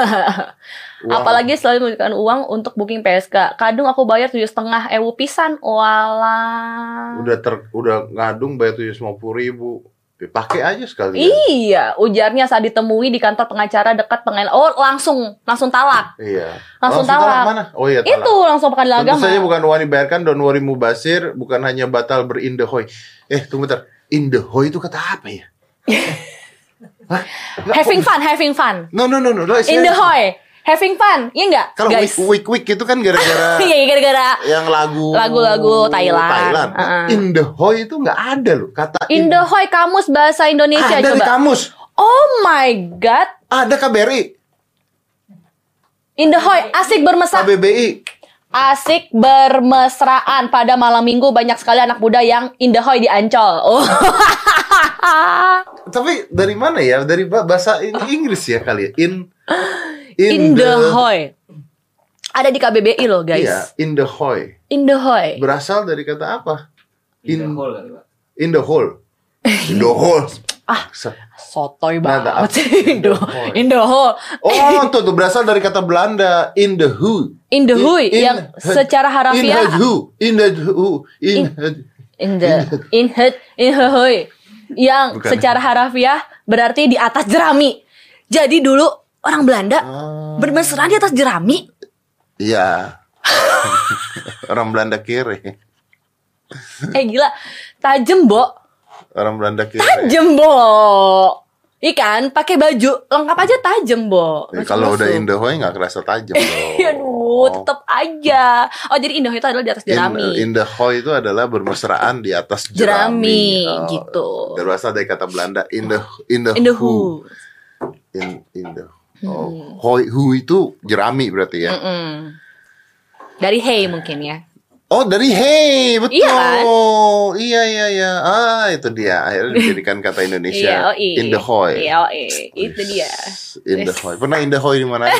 Apalagi selalu memberikan uang untuk booking PSK. Kadung aku bayar 7,5 ewu pisan. Walah. Udah ngadung bayar 750.000. Pakai aja sekali. Iya, ujarnya saat ditemui di kantor pengacara dekat pengadilan. Oh, langsung talak. Iya. Langsung talak. Mana? Oh iya, talak. Itu langsung pengadilan agama. Tentu saja bukan uang dibayarkan, Don't Worry Mubasir bukan hanya batal berindehoy. Tunggu bentar. Indehoy itu kata apa ya? Having fun. No. Indehoy. Having fun, iya nggak? Kalau week itu kan gara-gara iya gara-gara yang lagu-lagu Thailand. Indehoy itu nggak ada loh kata Indehoy kamus bahasa Indonesia ada coba. Ada di kamus. Oh my god. Ada KBRI. Indehoy asik bermesra. KBBI. Asik bermesraan pada malam minggu, banyak sekali anak muda yang Indehoy di Ancol. Oh. Tapi dari mana ya? Dari bahasa Inggris ya kali ya. Indehoy. Ada di KBBI loh guys. Iya, Indehoy. Berasal dari kata apa? In the hole. Sotoy banget. In the hole. Oh, tuh berasal dari kata Belanda in the who. Yang secara harafiah yang secara harafiah berarti di atas jerami. Jadi dulu orang Belanda bermesra di atas jerami. Iya. Orang Belanda kiri. Gila, tajem, Bo. Orang Belanda kira. Tajem, Bo. Ikan pakai baju lengkap aja tajem, Bo. Kalau udah Indahoy nggak kerasa tajam loh. Aduh, tetap aja. Oh, jadi Indahoy itu adalah di atas jerami. Indahoy itu adalah bermesraan di atas jerami. Gitu. Berasal dari kata Belanda in the who. Hu itu jerami berarti ya. Dari hey mungkin ya. Oh, dari hey, betul. Iya kan? Iya. Itu dia. Akhirnya dijadikan kata Indonesia. In the hoy. Iya, itu dia. In the hoy. Pernah in the hoy di mana?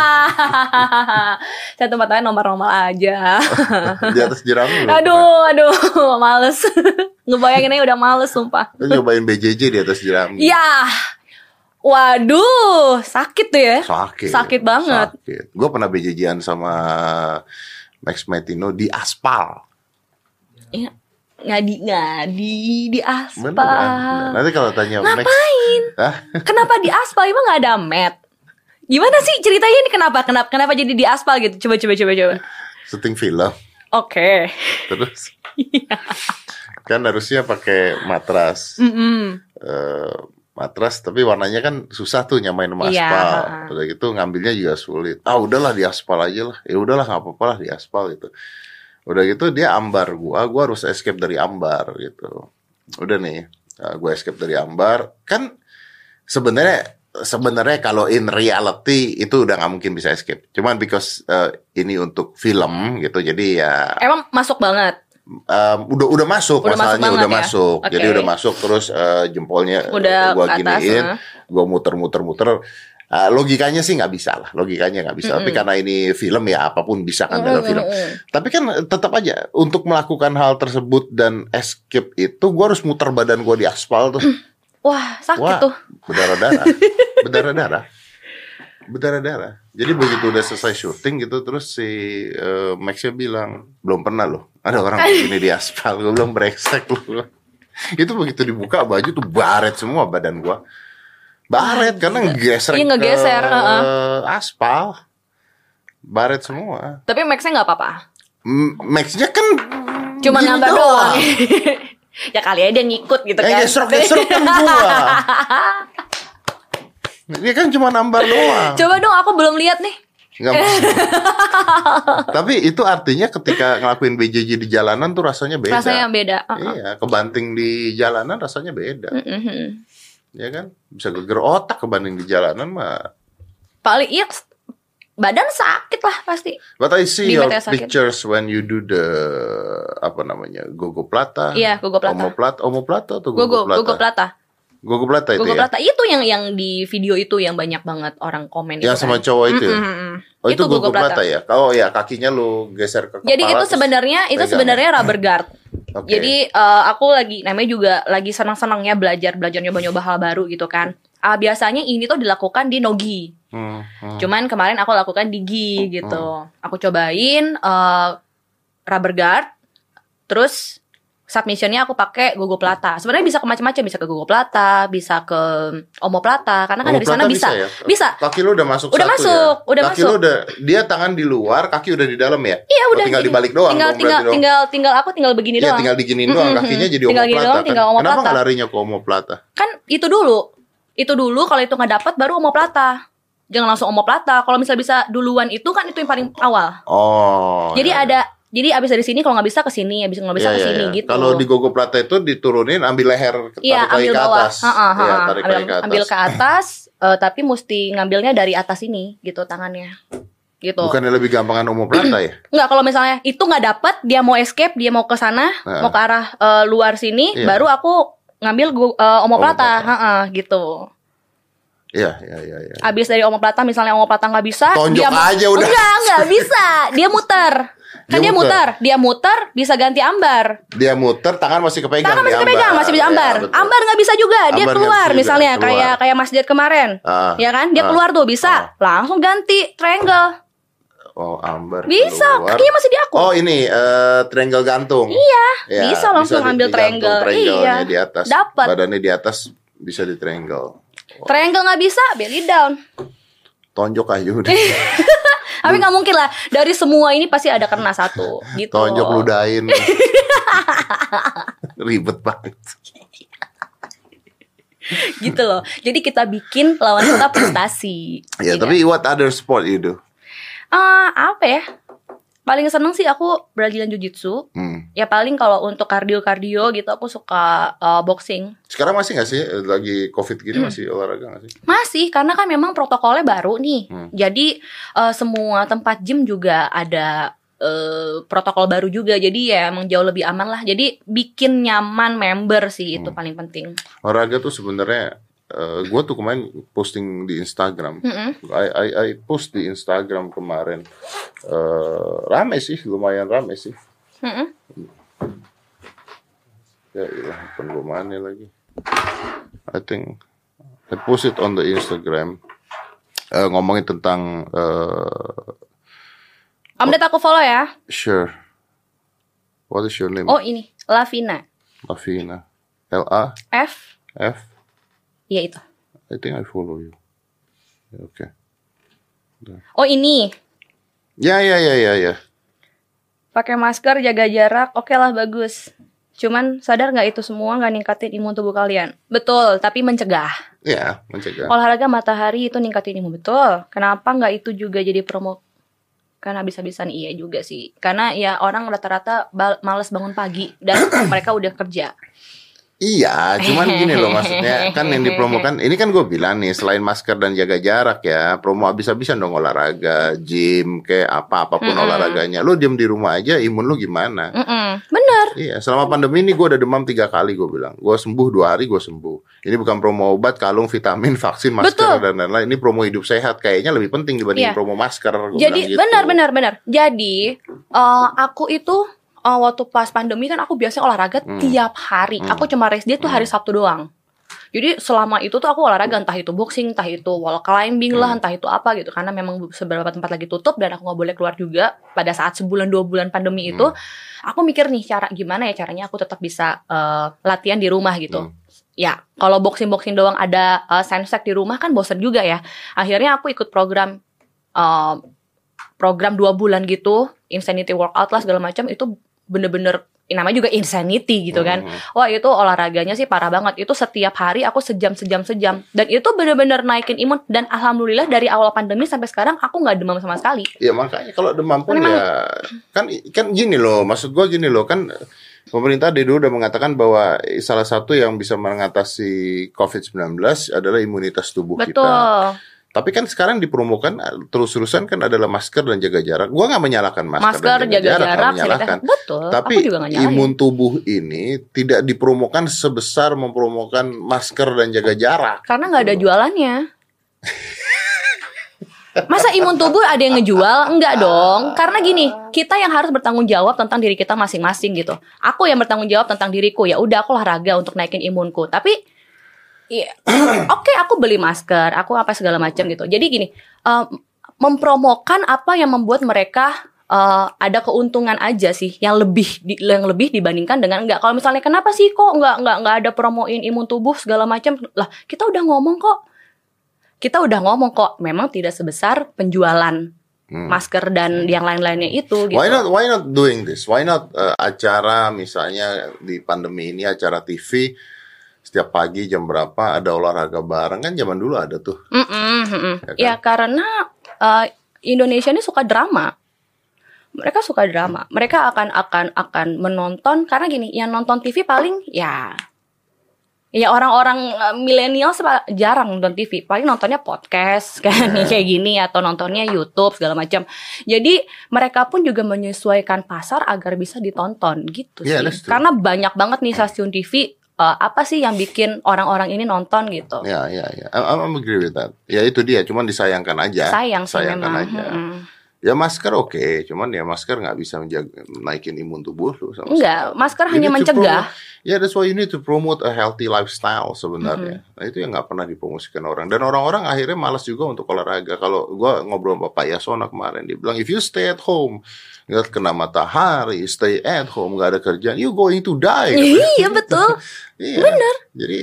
Saya tempat lain normal-normal aja. Di atas jerami. Aduh, males. Ngebayangin aja udah males, sumpah. Lu nyobain BJJ di atas jerami. Ya. Waduh, sakit tuh ya. Sakit banget. Gue pernah BJJ-an sama Max Metino di aspal. Iya, ngadi di aspal. Bener. Nanti kalau tanya ngapain? Max, kenapa di aspal? Emang nggak ada mat? Gimana sih ceritanya ini kenapa jadi di aspal gitu? Coba. Syuting film. Oke. Terus kan harusnya pakai matras. Matras tapi warnanya kan susah tuh nyamain sama aspal. Udah gitu ngambilnya juga sulit. Udahlah di aspal aja lah. Ya udahlah nggak apa-apa lah di aspal gitu. Udah gitu dia ambar gua harus escape dari ambar gitu. Udah nih, gua escape dari ambar. Kan sebenarnya kalau in reality itu udah nggak mungkin bisa escape. Cuman because ini untuk film gitu. Jadi ya emang masuk banget. Udah masuk masalahnya udah ya? Masuk. Okay. Jadi udah masuk terus jempolnya gue giniin, gue muter. Logikanya sih nggak bisa lah, Tapi karena ini film ya apapun bisa kan dalam film. Tapi kan tetap aja untuk melakukan hal tersebut dan escape itu gue harus muter badan gue di aspal tuh. Wah sakit tuh. Berdarah-darah. Jadi begitu udah selesai syuting gitu, terus si Maxnya bilang, belum pernah loh ada orang begini di aspal. Gue bilang brengsek loh. Itu begitu dibuka baju tuh baret semua badan gue. Baret karena ngegeser aspal. Baret semua. Tapi Maxnya nggak apa-apa. Maxnya kan cuma nambah doang. Ya kali aja dia ngikut gitu kan. Gesrok-gesrok kan gue. Dia kan cuma nambar doang. Coba dong, aku belum lihat nih. Nggak Tapi itu artinya ketika ngelakuin BJJ di jalanan tuh rasanya beda. Iya, kebanting di jalanan rasanya beda. Ya kan, bisa geger otak kebanting di jalanan mah. Paling iya, badan sakit lah pasti. But I see your pictures when you do the gogoplata. Iya, gogoplata. Omoplata atau gogoplata? Gogoplata itu Gogoplata itu yang di video itu yang banyak banget orang komen yang itu sama kan. cowok itu ya? Oh itu gogoplata ya? Oh ya kakinya lu geser ke kepala. Jadi itu sebenarnya rubber guard. Okay. Jadi aku namanya juga lagi senang-senangnya belajar nyoba-nyoba hal baru gitu kan. Biasanya ini tuh dilakukan di nogi. Cuman kemarin aku lakukan di gi gitu. Aku cobain rubber guard. Terus submissionnya aku pakai gogoplata. Sebenarnya bisa ke macam-macam, bisa ke gogoplata, bisa ke omoplata. Karena kan dari sana bisa. Bisa. Kaki lu udah masuk. Udah masuk. Kaki lu udah, dia tangan di luar, kaki udah di dalam ya. Iya udah. Tinggal dibalik doang. Tinggal begini doang. Tinggal diginiin doang. Kakinya jadi omoplata. Kenapa nggak larinya ke omoplata? Kan itu dulu. Kalau itu nggak dapat, baru omoplata. Jangan langsung omoplata. Kalau misalnya bisa duluan itu kan itu yang paling awal. Oh. Jadi abis dari sini kalau nggak bisa ke sini, abis nggak bisa ke sini gitu. Kalau di gogoplata itu diturunin, ambil leher, tarik ke atas. Ambil ke atas, tapi mesti ngambilnya dari atas ini gitu tangannya. Gitu. Bukannya lebih gampangan omoplata ya? Enggak, kalau misalnya itu nggak dapet, dia mau escape, dia mau ke sana, mau ke arah luar sini, baru aku ngambil omoplata, gitu. Iya. Abis dari omoplata, misalnya omoplata nggak bisa, tonjok aja udah. Nggak bisa, dia muter. Dia muter, bisa ganti ambar. Dia muter, tangan masih kepegang. Masih bisa ambar. Ya, ambar nggak bisa juga, dia keluar misalnya kayak Mas Diat kemarin, ya kan? Dia keluar tuh bisa, langsung ganti triangle. Oh, ambar. Bisa, kakinya masih di aku. Oh, ini triangle gantung. Iya, bisa langsung ambil triangle. Iya, di atas. Dapat. Badannya di atas bisa di triangle. Triangle nggak bisa, belly down. Tonjok aja udah. Tapi nggak mungkin lah, dari semua ini pasti ada kena satu gitu. Tonjok ludahin. Ribet banget. Gitu loh. Jadi kita bikin lawan kita prestasi. Ya, Tidak. tapi what other sport you do? Apa ya? Paling seneng sih aku Brazilian Jiu-Jitsu. Ya paling kalau untuk kardio gitu aku suka boxing. Sekarang masih nggak sih lagi COVID gini masih olahraga nggak sih? Masih, karena kan memang protokolnya baru nih. Jadi semua tempat gym juga ada protokol baru juga. Jadi ya emang jauh lebih aman lah. Jadi bikin nyaman member sih itu paling penting. Olahraga tuh sebenarnya gue tuh kemarin posting di Instagram. I post di Instagram kemarin. Rame sih, lumayan rame sih. Ya ilah, mana lagi. I think I post it on the Instagram. Ngomongin tentang Amdet aku follow ya. sure. What is your name? Oh ini, Lavina. Lavina. LA F. F. Iya itu. I think I follow you. Oke. Oh ini. Ya. Pakai masker, jaga jarak, oke lah bagus. Cuman sadar nggak itu semua nggak ningkatin imun tubuh kalian? Betul, tapi mencegah. Ya, mencegah. Olahraga matahari itu ningkatin imun, betul. Kenapa nggak itu juga jadi promo? Karena habis-habisan iya juga sih. Karena ya orang rata-rata males bangun pagi dan mereka udah kerja. Iya, cuman gini loh maksudnya kan yang dipromokan ini kan gue bilang nih selain masker dan jaga jarak ya promo habis-habisan dong olahraga, gym kayak apapun olahraganya. Lo diem di rumah aja imun lo gimana? Bener. Iya, selama pandemi ini gue udah demam 3 kali gue bilang. Gue sembuh 2 hari gue sembuh. Ini bukan promo obat, kalung, vitamin, vaksin, masker dan lain-lain. Ini promo hidup sehat kayaknya lebih penting dibanding promo masker. Jadi gitu. benar. Jadi aku itu waktu pas pandemi kan aku biasanya olahraga tiap hari. Aku cuma rest day tuh hari Sabtu doang. Jadi selama itu tuh aku olahraga entah itu boxing, entah itu wall climbing lah, entah itu apa gitu. Karena memang beberapa tempat lagi tutup dan aku nggak boleh keluar juga pada saat sebulan 2 bulan pandemi itu. Aku mikir nih gimana ya caranya aku tetap bisa latihan di rumah gitu. Ya kalau boxing doang ada sensek di rumah kan bosen juga ya. Akhirnya aku ikut program 2 bulan gitu, Insanity Workout lah segala macam itu bener-bener namanya juga insanity gitu kan. Wah itu olahraganya sih parah banget. Itu setiap hari aku sejam. Dan itu bener-bener naikin imun. Dan alhamdulillah dari awal pandemi sampai sekarang aku gak demam sama sekali. Ya makanya kalau demam pun ya kan gini loh. Maksud gue gini loh kan pemerintah dari dulu udah mengatakan bahwa salah satu yang bisa mengatasi COVID-19 adalah imunitas tubuh kita. Tapi kan sekarang dipromokan terus-terusan kan adalah masker dan jaga jarak. Gua nggak menyalahkan masker dan jaga jarak, menyalahkan. Betul. Tapi imun tubuh ini tidak dipromokan sebesar mempromokan masker dan jaga jarak. Karena nggak ada jualannya. Masa imun tubuh ada yang ngejual? Enggak dong. Karena gini, kita yang harus bertanggung jawab tentang diri kita masing-masing gitu. Aku yang bertanggung jawab tentang diriku. Ya udah aku olahraga untuk naikin imunku. Tapi oke, aku beli masker, aku apa segala macam gitu. Jadi gini, mempromokan apa yang membuat mereka ada keuntungan aja sih, yang lebih dibandingkan dengan enggak. Kalau misalnya kenapa sih kok enggak ada promoin imun tubuh segala macam? Lah, kita udah ngomong kok, memang tidak sebesar penjualan masker dan yang lain-lainnya itu gitu. Why not doing this? Why not acara misalnya di pandemi ini acara TV setiap pagi jam berapa ada olahraga bareng kan zaman dulu ada tuh. Ya karena Indonesia ini suka drama. Mereka suka drama. Mereka akan menonton karena gini, yang nonton TV paling ya orang-orang milenial jarang nonton TV. Paling nontonnya podcast kan kayak gini atau nontonnya YouTube segala macam. Jadi mereka pun juga menyesuaikan pasar agar bisa ditonton gitu sih. Karena banyak banget nih stasiun TV apa sih yang bikin orang-orang ini nonton gitu. Ya. I'm agree with that. Ya itu dia, cuman disayangkan aja. Sayangkan memang. Aja. Ya masker oke, cuman ya masker nggak bisa naikin imun tubuh lu sama enggak, masker hanya mencegah. Ya that's why you need to promote a healthy lifestyle sebenarnya. Nah itu yang nggak pernah dipromosikan orang. Dan orang-orang akhirnya malas juga untuk olahraga. Kalau gue ngobrol sama Pak Yasona kemarin, dia bilang if you stay at home, nggak kena matahari, stay at home, nggak ada kerjaan, you going to die. Iya betul. Iya, benar. Jadi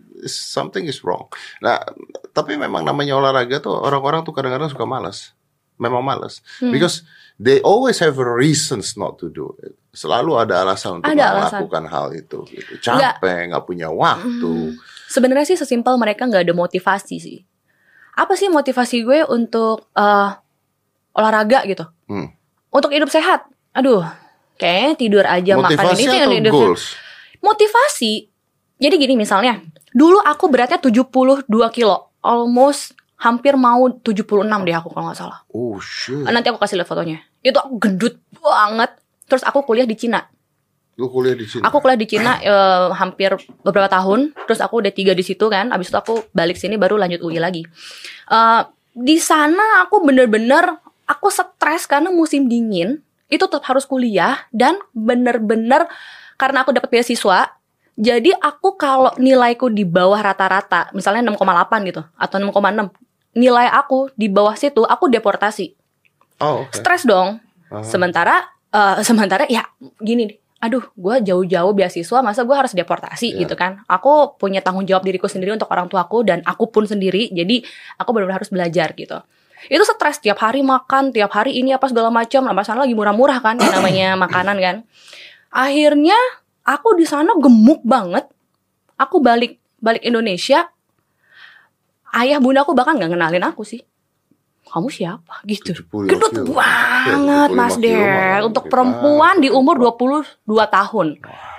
something is wrong. Nah, tapi memang namanya olahraga tuh orang-orang tuh kadang-kadang suka malas. memang malas. Because they always have reasons not to do it. Selalu ada alasan untuk melakukan hal itu. Gitu. Capek, nggak punya waktu. Sebenarnya sih sesimpel mereka nggak ada motivasi sih. Apa sih motivasi gue untuk olahraga gitu? Untuk hidup sehat? Aduh, kayaknya tidur aja, makan ini atau goals? Motivasi. Jadi gini misalnya, dulu aku beratnya 72 kilo, almost hampir mau 76 deh aku kalau nggak salah. Oh shit. Nanti aku kasih lihat fotonya. Itu aku gendut banget. Terus aku kuliah di Cina. Lu kuliah di Cina? Aku kuliah di Cina hampir beberapa tahun. Terus aku udah 3 di situ kan. Abis itu aku balik sini baru lanjut UI lagi. Di sana aku bener-bener aku stres karena musim dingin. Itu tetap harus kuliah dan bener-bener karena aku dapat beasiswa. Jadi aku kalau nilaiku di bawah rata-rata, misalnya 6,8 gitu atau 6,6, nilai aku di bawah situ aku deportasi. Oh, okay. Stres dong. Sementara ya gini nih. Aduh, gue jauh-jauh beasiswa, masa gue harus deportasi gitu kan? Aku punya tanggung jawab diriku sendiri untuk orang tuaku dan aku pun sendiri. Jadi aku benar-benar harus belajar gitu. Itu stres, tiap hari makan, tiap hari ini apa segala macam. Nah, sana lagi murah-murah kan, yang namanya makanan kan. Akhirnya aku di sana gemuk banget. Aku balik Indonesia. Ayah bunda aku bahkan nggak ngenalin aku sih. Kamu siapa? Gitu. Gendut banget, Mas Der. Untuk perempuan di umur 22 tahun.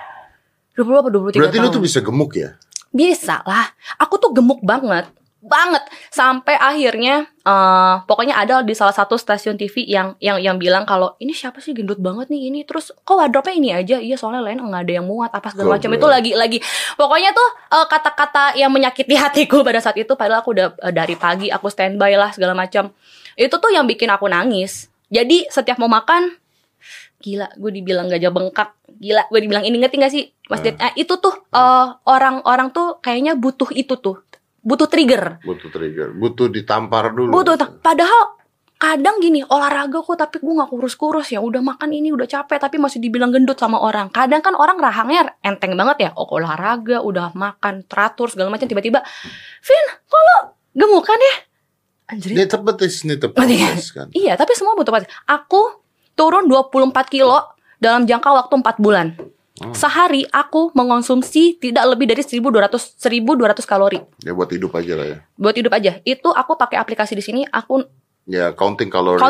20 apa 23 Berarti tahun. lu tuh bisa gemuk ya? Bisa lah. Aku tuh gemuk banget. Sampai akhirnya pokoknya ada di salah satu stasiun TV yang bilang kalau ini siapa sih gendut banget nih ini, terus kok wardrobe-nya ini aja. Iya, soalnya lain nggak ada yang muat apa segala macam. Itu lagi pokoknya tuh kata-kata yang menyakiti hatiku pada saat itu. Padahal aku udah dari pagi aku standby lah segala macam. Itu tuh yang bikin aku nangis. Jadi setiap mau makan, gila gue dibilang gajah bengkak, gila gue dibilang ini, ngerti gak sih Mas Det? Itu tuh orang-orang tuh kayaknya butuh itu tuh. Butuh trigger, butuh ditampar dulu. Padahal kadang gini, olahraga kok tapi gue nggak kurus-kurus ya. Udah makan ini udah capek tapi masih dibilang gendut sama orang. Kadang kan orang rahangnya enteng banget ya. Oh, olahraga, udah makan teratur segala macam, tiba-tiba, Vin, kok lo gemukan ya? Anjir. Ini proses kan. Iya, tapi semua butuh proses. Aku turun 24 kilo dalam jangka waktu 4 bulan. Sehari aku mengonsumsi tidak lebih dari 1.200 kalori. Ya buat hidup aja lah ya. Buat hidup aja. Itu aku pakai aplikasi di sini. Aku counting kalori.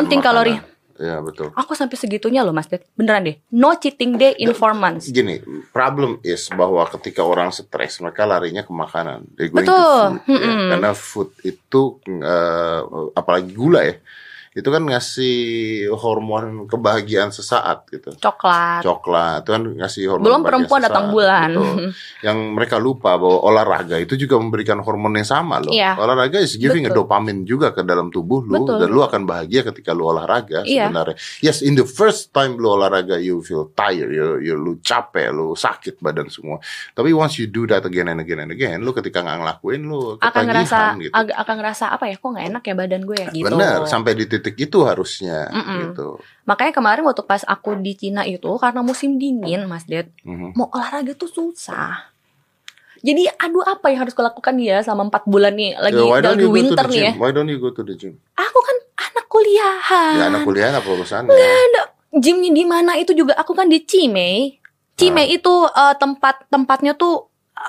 Ya betul. Aku sampai segitunya loh Mas Det. Beneran deh. No cheating day in 4 months. Gini, problem is bahwa ketika orang stres mereka larinya ke makanan. Betul. Food, ya. Karena food itu apalagi gula ya. Itu kan ngasih hormon kebahagiaan sesaat gitu. Coklat itu kan ngasih hormon. Belum perempuan datang bulan. Betul. Yang mereka lupa bahwa olahraga itu juga memberikan hormon yang sama loh. Iya. Olahraga is giving a dopamine juga ke dalam tubuh lu. Betul. Dan lu akan bahagia ketika lu olahraga sebenarnya. Yes, in the first time lu olahraga you feel tired, lu capek, lu sakit badan semua. Tapi once you do that again and again, lu ketika nggak ngelakuin lu ketagihan gitu. Akan ngerasa apa ya, kok nggak enak ya badan gue ya gitu. Bener, sampai di titik itu harusnya gitu. Makanya kemarin waktu pas aku di Cina itu karena musim dingin Mas Det, mau olahraga tuh susah. Jadi aduh apa yang harus kulakukan ya selama 4 bulan nih lagi dalam winter nih ya. Why don't you go to the gym? Aku kan anak kuliahan. Ya anak kuliahan apa urusannya? Ada gymnya di mana itu juga aku kan di Cimei. Cimei itu tempatnya tuh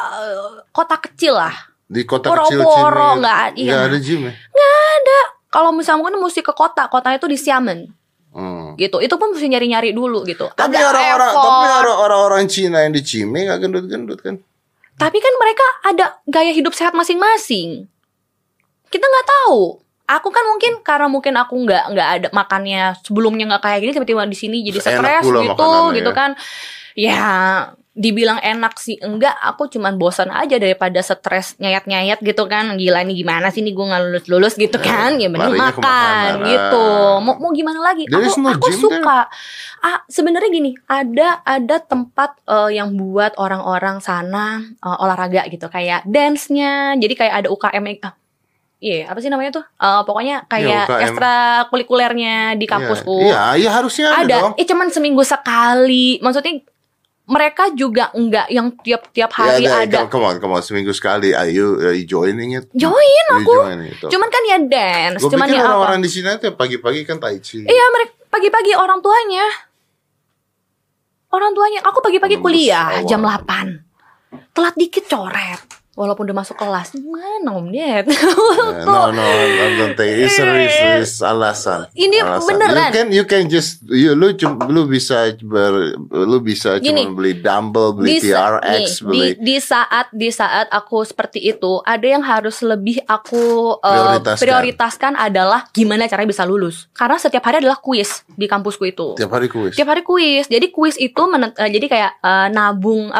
kota kecil lah. Di kota kecil Cimei nggak ada gym ya? Nggak ada. Kalau misalnya kan mesti ke kotanya itu di Xiamen. Gitu. Itu pun mesti nyari-nyari dulu gitu. Tapi orang-orang Cina yang di Cimei nggak gendut-gendut kan? Tapi kan mereka ada gaya hidup sehat masing-masing. Kita nggak tahu. Aku kan karena aku nggak ada makannya sebelumnya nggak kayak gini, tiba-tiba di sini jadi stres gitu ya. Kan. Ya dibilang enak sih enggak, aku cuman bosan aja daripada stres nyayat gitu kan. Gila nih gimana sih nih gue nggak lulus gitu kan. Ya mending makan gitu. Mau gimana lagi? Aku suka. Sebenarnya gini, ada tempat yang buat orang-orang sana olahraga gitu, kayak dance-nya. Jadi kayak ada UKM apa sih namanya tuh? Pokoknya kayak ekstra kulikulernya di kampusku. Iya harusnya ada dong. Cuman seminggu sekali. Maksudnya mereka juga enggak yang tiap hari ada. Come on, seminggu sekali. Are you joining it? Join aku. Itu. Cuman kan ya dance. Gue Cuman pikir ya orang-orang apa? di sini tuh pagi-pagi kan tai chi. Iya, mereka pagi-pagi orang tuanya. Aku pagi-pagi kuliah jam 8. Telat dikit coret. Walaupun udah masuk kelas, mana om Ded? No, don't take it's alasan. Ini alasan. beneran. You can just lu bisa cuma beli dumbbell, beli TRX, beli. Di saat aku seperti itu, ada yang harus lebih aku prioritaskan adalah gimana caranya bisa lulus. Karena setiap hari adalah kuis di kampusku itu. Tiap hari kuis. Jadi kuis itu jadi kayak nabung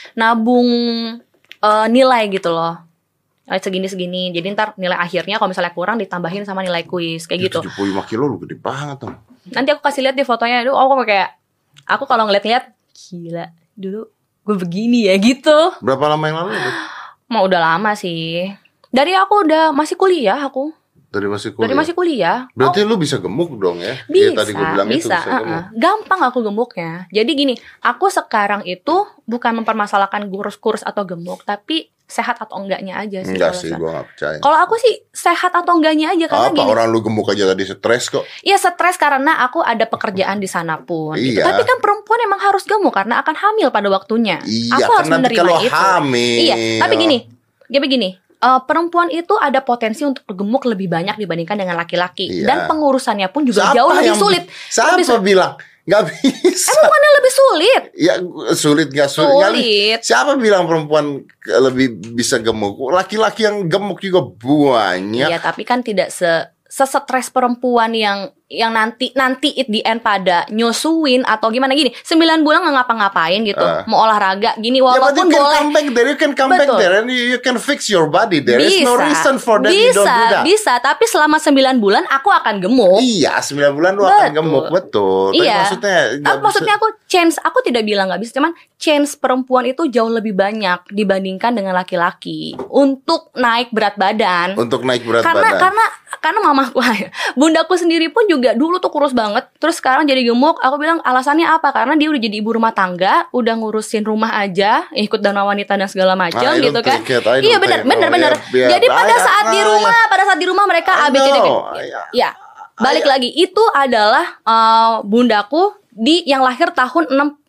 nilai gitu loh, segini. Jadi ntar nilai akhirnya kalau misalnya kurang ditambahin sama nilai kuis kayak gitu. 75 kilo lu gede banget tuh. Nanti aku kasih lihat di fotonya. Aku kalau ngeliat gila dulu gue begini ya gitu. Berapa lama yang lalu itu? Mau udah lama sih. Dari aku udah masih kuliah aku. Dari masih kuliah. Berarti lu bisa gemuk dong ya? Bisa, tadi gue bilang bisa. Itu bisa gemuk. Gampang aku gemuknya. Jadi gini, aku sekarang itu bukan mempermasalahkan kurus atau gemuk, tapi sehat atau enggaknya aja sih. Enggak sih, gue gak percaya. Kalau aku sih sehat atau enggaknya aja karena gini. Orang lu gemuk aja tadi stres kok. Iya stres karena aku ada pekerjaan di sana pun. Iya. Gitu. Tapi kan perempuan emang harus gemuk karena akan hamil pada waktunya. Iya, aku harus menerima kalau itu. Hamil. Iya, tapi begini. Perempuan itu ada potensi untuk gemuk lebih banyak dibandingkan dengan laki-laki. Iya. Dan pengurusannya pun juga jauh lebih sulit. Siapa bilang? Gak bisa. Emang mana lebih sulit? Ya sulit gak sulit. Siapa bilang perempuan lebih bisa gemuk? Laki-laki yang gemuk juga banyak. Iya, tapi kan tidak sesetres perempuan yang nanti at the end pada nyusuin atau gimana gini 9 bulan nggak ngapa-ngapain gitu mau olahraga gini walaupun boleh you can come back there and you can fix your body there is no reason for that you don't do that bisa tapi selama 9 bulan aku akan gemuk. Iya 9 bulan lu akan gemuk betul. Iya. Tapi maksudnya aku tidak bilang nggak bisa cuman chance perempuan itu jauh lebih banyak dibandingkan dengan laki-laki untuk naik berat badan karena mamaku bundaku sendiri pun juga dulu tuh kurus banget terus sekarang jadi gemuk. Aku bilang alasannya apa? Karena dia udah jadi ibu rumah tangga, udah ngurusin rumah aja, ikut Dana Wanita dan segala macam gitu kan. Iya benar. Jadi pada saat di rumah mereka ABCD. Ya balik lagi itu adalah bundaku yang lahir tahun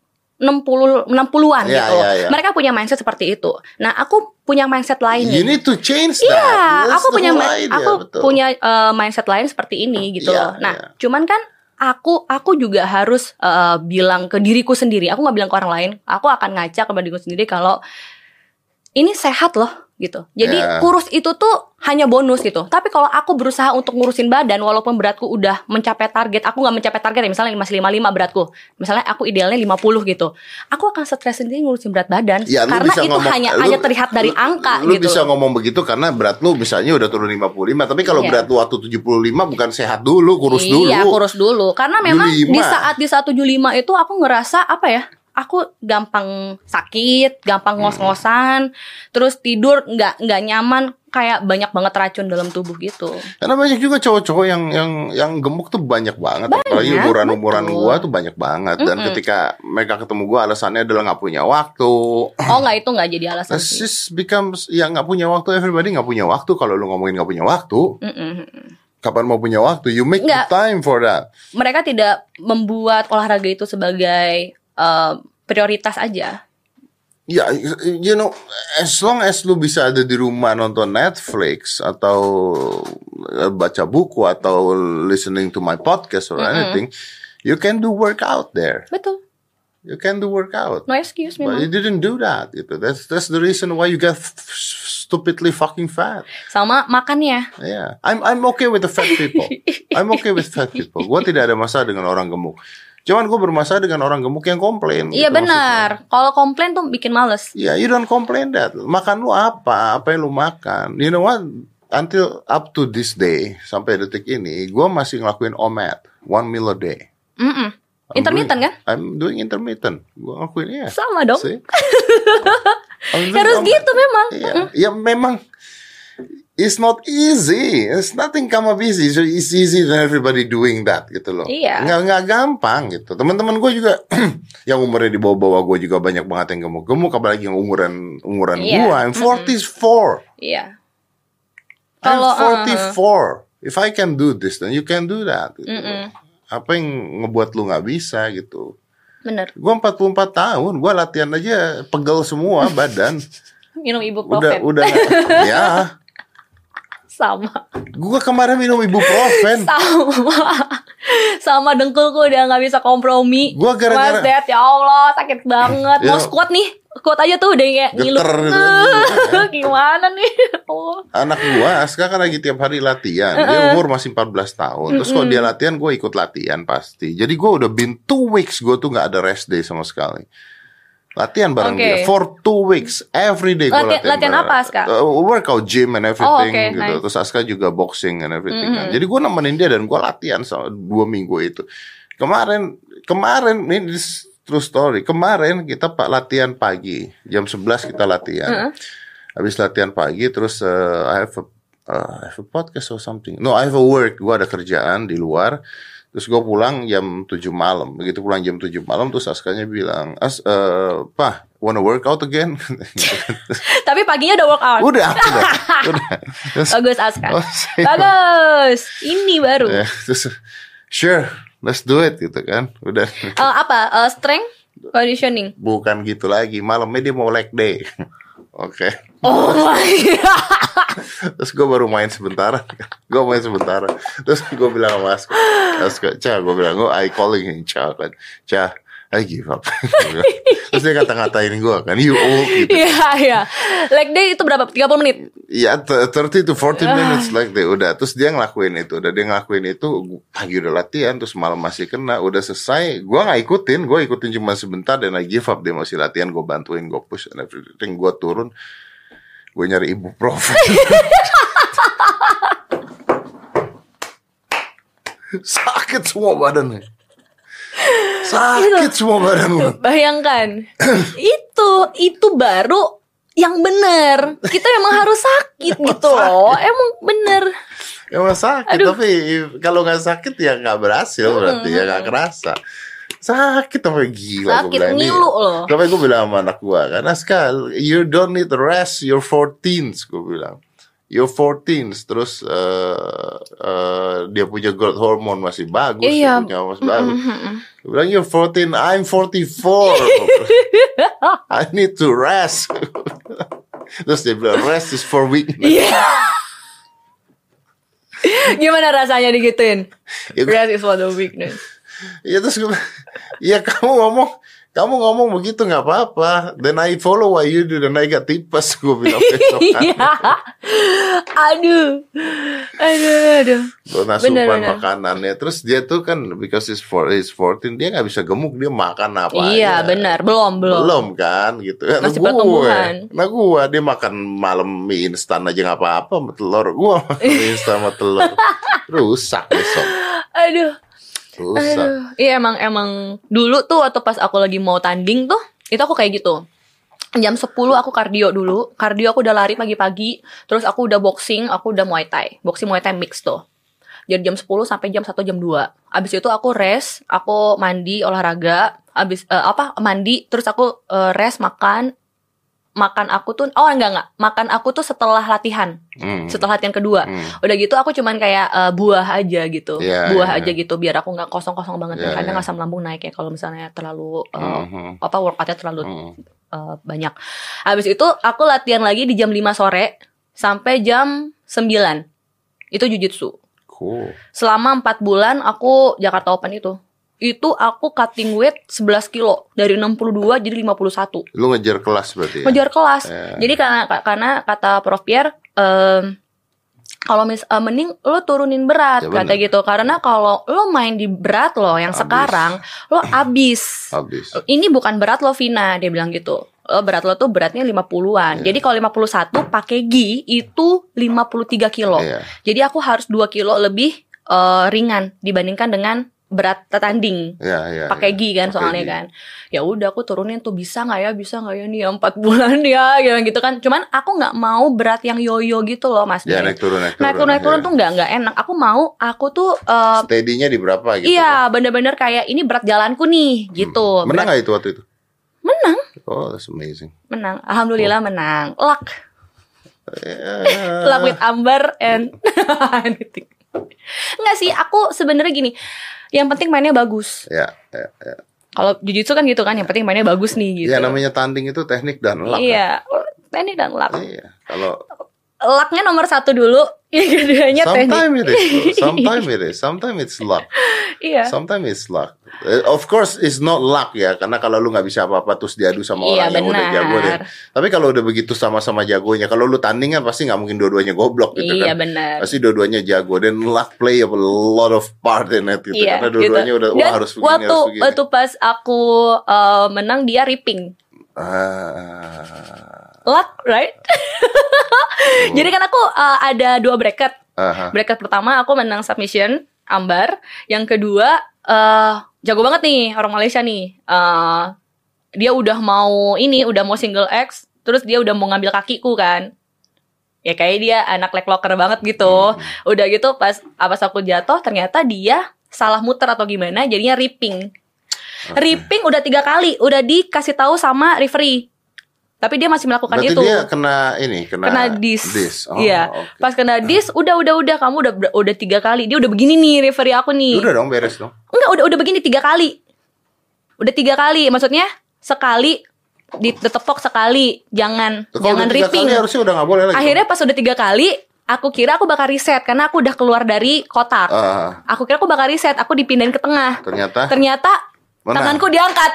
60-an gitu. Yeah. Mereka punya mindset seperti itu. Nah, aku punya mindset lain. You need to change that. Iya, aku punya mindset lain seperti ini gitu. Cuman kan aku juga harus bilang ke diriku sendiri. Aku nggak bilang ke orang lain. Aku akan ngaca ke diriku sendiri kalau ini sehat loh gitu. Jadi kurus itu tuh hanya bonus gitu. Tapi kalau aku berusaha untuk ngurusin badan walaupun beratku udah mencapai target, aku nggak mencapai target ya, misalnya masih 55 beratku. Misalnya aku idealnya 50 gitu. Aku akan stres sendiri ngurusin berat badan karena itu hanya terlihat dari angka lu gitu. Lu bisa ngomong begitu karena berat lu misalnya udah turun 55, tapi kalau berat lu waktu 75 bukan sehat dulu, kurus dulu. Iya, kurus dulu. Karena memang di saat 75 itu aku ngerasa aku gampang sakit, gampang ngos-ngosan, terus tidur nggak nyaman, kayak banyak banget racun dalam tubuh gitu. Karena banyak juga cowok-cowok yang gemuk tuh banyak banget. Apalagi umuran gua tuh banyak banget. Dan ketika mereka ketemu gua alasannya adalah nggak punya waktu. Itu nggak jadi alasan. This becomes nggak punya waktu. Everybody nggak punya waktu. Kalau lu ngomongin nggak punya waktu. Kapan mau punya waktu? You make the time for that. Mereka tidak membuat olahraga itu sebagai prioritas aja. Ya, as long as lu bisa ada di rumah nonton Netflix atau baca buku atau listening to my podcast or anything, you can do workout there. Betul. You can do workout. No excuse memang. But you didn't do that. Gitu. That's the reason why you get stupidly fucking fat. Sama makannya. Yeah, I'm okay with the fat people. I'm okay with fat people. Gua tidak ada masalah dengan orang gemuk. Cuman gue bermasalah dengan orang gemuk yang komplain. Iya gitu, benar. Kalau komplain tuh bikin males. Iya, you don't complain that. Makan lu apa? Apa yang lu makan? You know what? Until up to this day, sampai detik ini, gue masih ngelakuin OMAD, 1 meal a day. Intermittent kan? I'm doing intermittent. Gue ngelakuin sama dong. Harus gitu memang. Iya, ya memang. It's not easy. It's nothing come up easy. So it's easy than everybody doing that gitu loh. Iya. Nggak gampang gitu. Teman-teman gue juga yang umurnya di bawah-bawah gue juga banyak banget yang gemuk-gemuk, apalagi yang umuran gue. I'm 44. Iya. I'm 44. If I can do this, then you can do that. Gitu loh. Apa yang ngebuat lu nggak bisa gitu? Bener. Gue 44 tahun, gue latihan aja pegel semua badan. Minum ibuprofen. Udah ya. Sama. Gue kemarin minum ibuprofen. Sama dengkulku udah nggak bisa kompromi. Gue gara-gara Mas Dad, ya Allah sakit banget. Mau squat nih, squat aja tuh udah kayak ngilu. Gimana nih? Oh. Anak gue sekarang kan lagi tiap hari latihan. Dia umur masih 14 tahun. Terus kalau dia latihan, gue ikut latihan pasti. Jadi gue udah been 2 weeks gue tuh nggak ada rest day sama sekali. Latihan bareng dia for 2 weeks every day. Latihan apa Aska? Workout gym and everything gitu. Nice. Terus Aska juga boxing and everything kan. Jadi gue nemenin dia dan gue latihan selama 2 minggu itu. Kemarin ini true story. Kemarin kita latihan pagi jam 11 kita latihan. Habis latihan pagi terus I have a podcast or something. No, I have a work. Gue ada kerjaan di luar. Terus gue pulang jam 7 malam. Begitu pulang jam 7 malam, terus Askanya bilang, "Pa, wanna work out again?" Tapi paginya udah workout. Udah. Terus, bagus Aska. Bagus. Ini baru. Ya, terus, sure, let's do it gitu kan. Udah. Strength conditioning. Bukan gitu lagi. Malamnya dia mau leg day. Oke. Oh my God. Terus gue baru main sebentar. Terus gue bilang sama Aska, Ca, gue bilang, I calling him, Ca, I give up. Terus dia kata-katain gue kan, you old gitu. Iya. Leg day itu berapa? 30 menit? Iya, 30 to 40 minutes leg day. Udah, terus dia ngelakuin itu. Pagi udah latihan, terus malam masih kena. Udah selesai, gue gak ikutin. Gue ikutin cuma sebentar dan I give up. Dia masih latihan, gue bantuin, gue push and everything. Gue turun, gue nyari ibuprofen. Sakit semua badannya. Bayangkan. itu baru yang bener. Kita emang harus sakit gitu loh. Emang bener. Emang sakit. Aduh. Tapi kalau gak sakit ya gak berhasil berarti ya gak kerasa. Sakit sampai gila. Sakit ngilu loh. Sampai gue bilang sama anak gue, karena sekali you don't need rest, you're 14s. Gue bilang you're 14s. Terus dia punya growth hormone masih bagus. Iya. Masih bagus. Gue bilang you're 14, I'm 44. I need to rest. Terus dia bilang rest is for weakness. Gimana rasanya digituin? Rest is for the weakness. Ya terus gue, ya kamu ngomong begitu nggak apa-apa. Then I follow what you do, dan I got tipes. Gue bilang besok. Aduh. Gue nasupan makanannya. Terus dia tuh kan because he's 14, dia nggak bisa gemuk, dia makan apa? Iya benar, belum kan gitu. Masih pertumbuhan. Nah gue dia makan malam mie instan aja nggak apa-apa sama telur. Gue mie instan sama telur rusak besok. Aduh. Iya emang dulu tuh waktu pas aku lagi mau tanding tuh, itu aku kayak gitu. Jam 10 aku kardio dulu. Kardio aku udah lari pagi-pagi. Terus aku udah boxing, aku udah Muay Thai. Boxing Muay Thai mix tuh. Jadi jam 10 sampai jam 1 jam 2. Abis itu aku rest, aku mandi olahraga, abis mandi, terus aku rest makan aku tuh makan aku tuh setelah latihan. Setelah latihan kedua. Udah gitu aku cuman kayak buah aja gitu. Aja gitu biar aku enggak kosong-kosong banget. Kadang asam lambung naik ya kalau misalnya terlalu workoutnya terlalu banyak. Habis itu aku latihan lagi di jam 5 sore sampai jam 9. Itu jujitsu. Cool. Selama 4 bulan aku Jakarta Open itu aku cutting weight 11 kilo dari 62 jadi 51. Lu ngejar kelas berarti ya? Ngejar kelas. Jadi karena kata Prof Pierre kalau mending lo turunin berat kata gitu. Karena kalau lo main di berat lo yang sekarang lo abis. Ini bukan berat lo Vina, dia bilang gitu. Berat lo tuh beratnya 50-an. Jadi kalau 51 pakai gi itu 53 kilo. Jadi aku harus 2 kilo lebih ringan dibandingkan dengan berat tanding. Pakai gi kan soalnya gi. kan. Ya udah aku turunin tuh, bisa nggak ya nih 4 bulan ya gitu kan. Cuman aku nggak mau berat yang yoyo gitu loh Mas. Ya naik turun tuh nggak enak. Aku tuh steady-nya di berapa gitu. Iya, bener-bener kayak ini berat jalanku nih gitu. Menang nggak itu waktu itu? Menang. Oh, that's amazing. Menang. Alhamdulillah menang. Luck with Amber and anything. Enggak sih, aku sebenarnya gini. Yang penting mainnya bagus. Ya. Kalau jiu-jitsu kan gitu kan, yang penting mainnya bagus nih gitu. Ya namanya tanding itu teknik dan luck. Iya, teknik dan luck. Iya, kalau lucknya nomor 1 dulu, yang keduanya teknik. Sometimes it's luck. Iya. Sometimes it's luck. Of course it's not luck ya, karena kalau lu nggak bisa apa-apa terus diadu sama orang yang udah jago deh. Tapi kalau udah begitu sama-sama jagonya, kalau lu tanding kan pasti nggak mungkin dua-duanya goblok gitu kan. Iya benar. Pasti dua-duanya jago, dan luck play a lot of part in it gitu. Karena dua-duanya udah harus begini, harus begini. Waktu pas aku menang dia ripping. Luck, right? Jadi kan aku ada 2 bracket. Bracket pertama aku menang submission, Ambar. Yang kedua jago banget nih orang Malaysia nih. Dia udah mau single X, terus dia udah mau ngambil kakiku kan. Ya kayak dia anak leg locker banget gitu. Udah gitu pas aku jatuh ternyata dia salah muter atau gimana, jadinya ripping. Ripping udah 3 kali, udah dikasih tahu sama referee. Tapi dia masih melakukan berarti itu. Dia kena dis. Iya. Okay. Pas kena dis, udah kamu udah 3 kali. Dia udah begini nih referee aku nih. Udah dong, beres dong. Enggak, udah begini 3 kali. Udah 3 kali, maksudnya sekali ditepok sekali, jangan ripping. Kali harusnya udah nggak boleh lagi. Akhirnya pas udah 3 kali, aku kira aku bakal reset karena aku udah keluar dari kotak. Aku kira aku bakal reset, aku dipindahin ke tengah. Ternyata tanganku diangkat.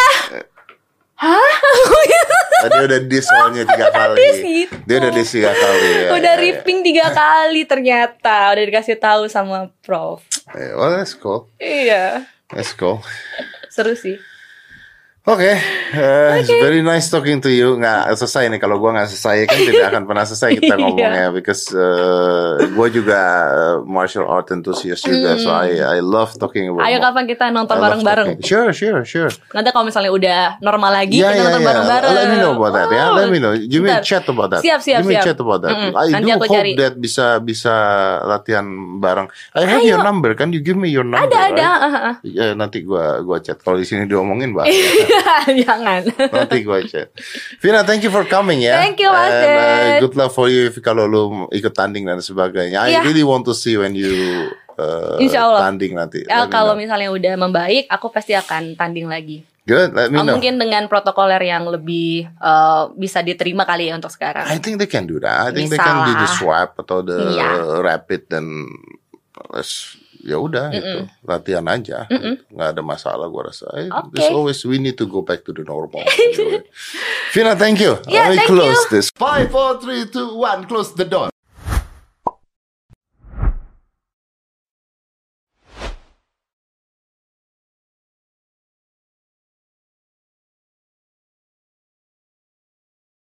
Hah? Tadi udah dis soalnya 3 kali. Dia udah dis 3 kali. Udah ripping 3 kali ternyata. Udah dikasih tahu sama prof. Well, that's cool. Iya. That's cool. Seru sih. Oke, it's very nice talking to you. Nggak selesai nih, kalau gue nggak selesai kan tidak akan pernah selesai kita ngomongnya. Because gue juga martial art enthusiast juga, so I love talking about. Ayo kapan kita nonton bareng-bareng? Sure. Nanti kalau misalnya udah normal lagi, kita nonton bareng-bareng. Let me know about that. Let me know. Give me a chat about that. Siap. Give me a chat about that. I do hope that bisa latihan bareng. I have your number, kan? You give me your number. Ada. Ya, nanti gue chat. Kalau di sini diomongin bahas. Jangan. Nanti gue chat. Vina, thank you for coming ya. Thank you, Mas. Good luck for you kalau lu ikut tanding dan sebagainya. I really want to see when you tanding nanti. Ya, kalau misalnya udah membaik, aku pasti akan tanding lagi. Good, let me know. Mungkin dengan protokoler yang lebih bisa diterima kali ya untuk sekarang. I think they can do that. I think they can do the swab atau the rapid, dan ya udah gitu, latihan aja, nggak ada masalah gue rasa. There's always we need to go back to the normal. Anyway. Vina, thank you. Yeah, I thank close you. this. 5, 4, 3, 2, 1. Close the door.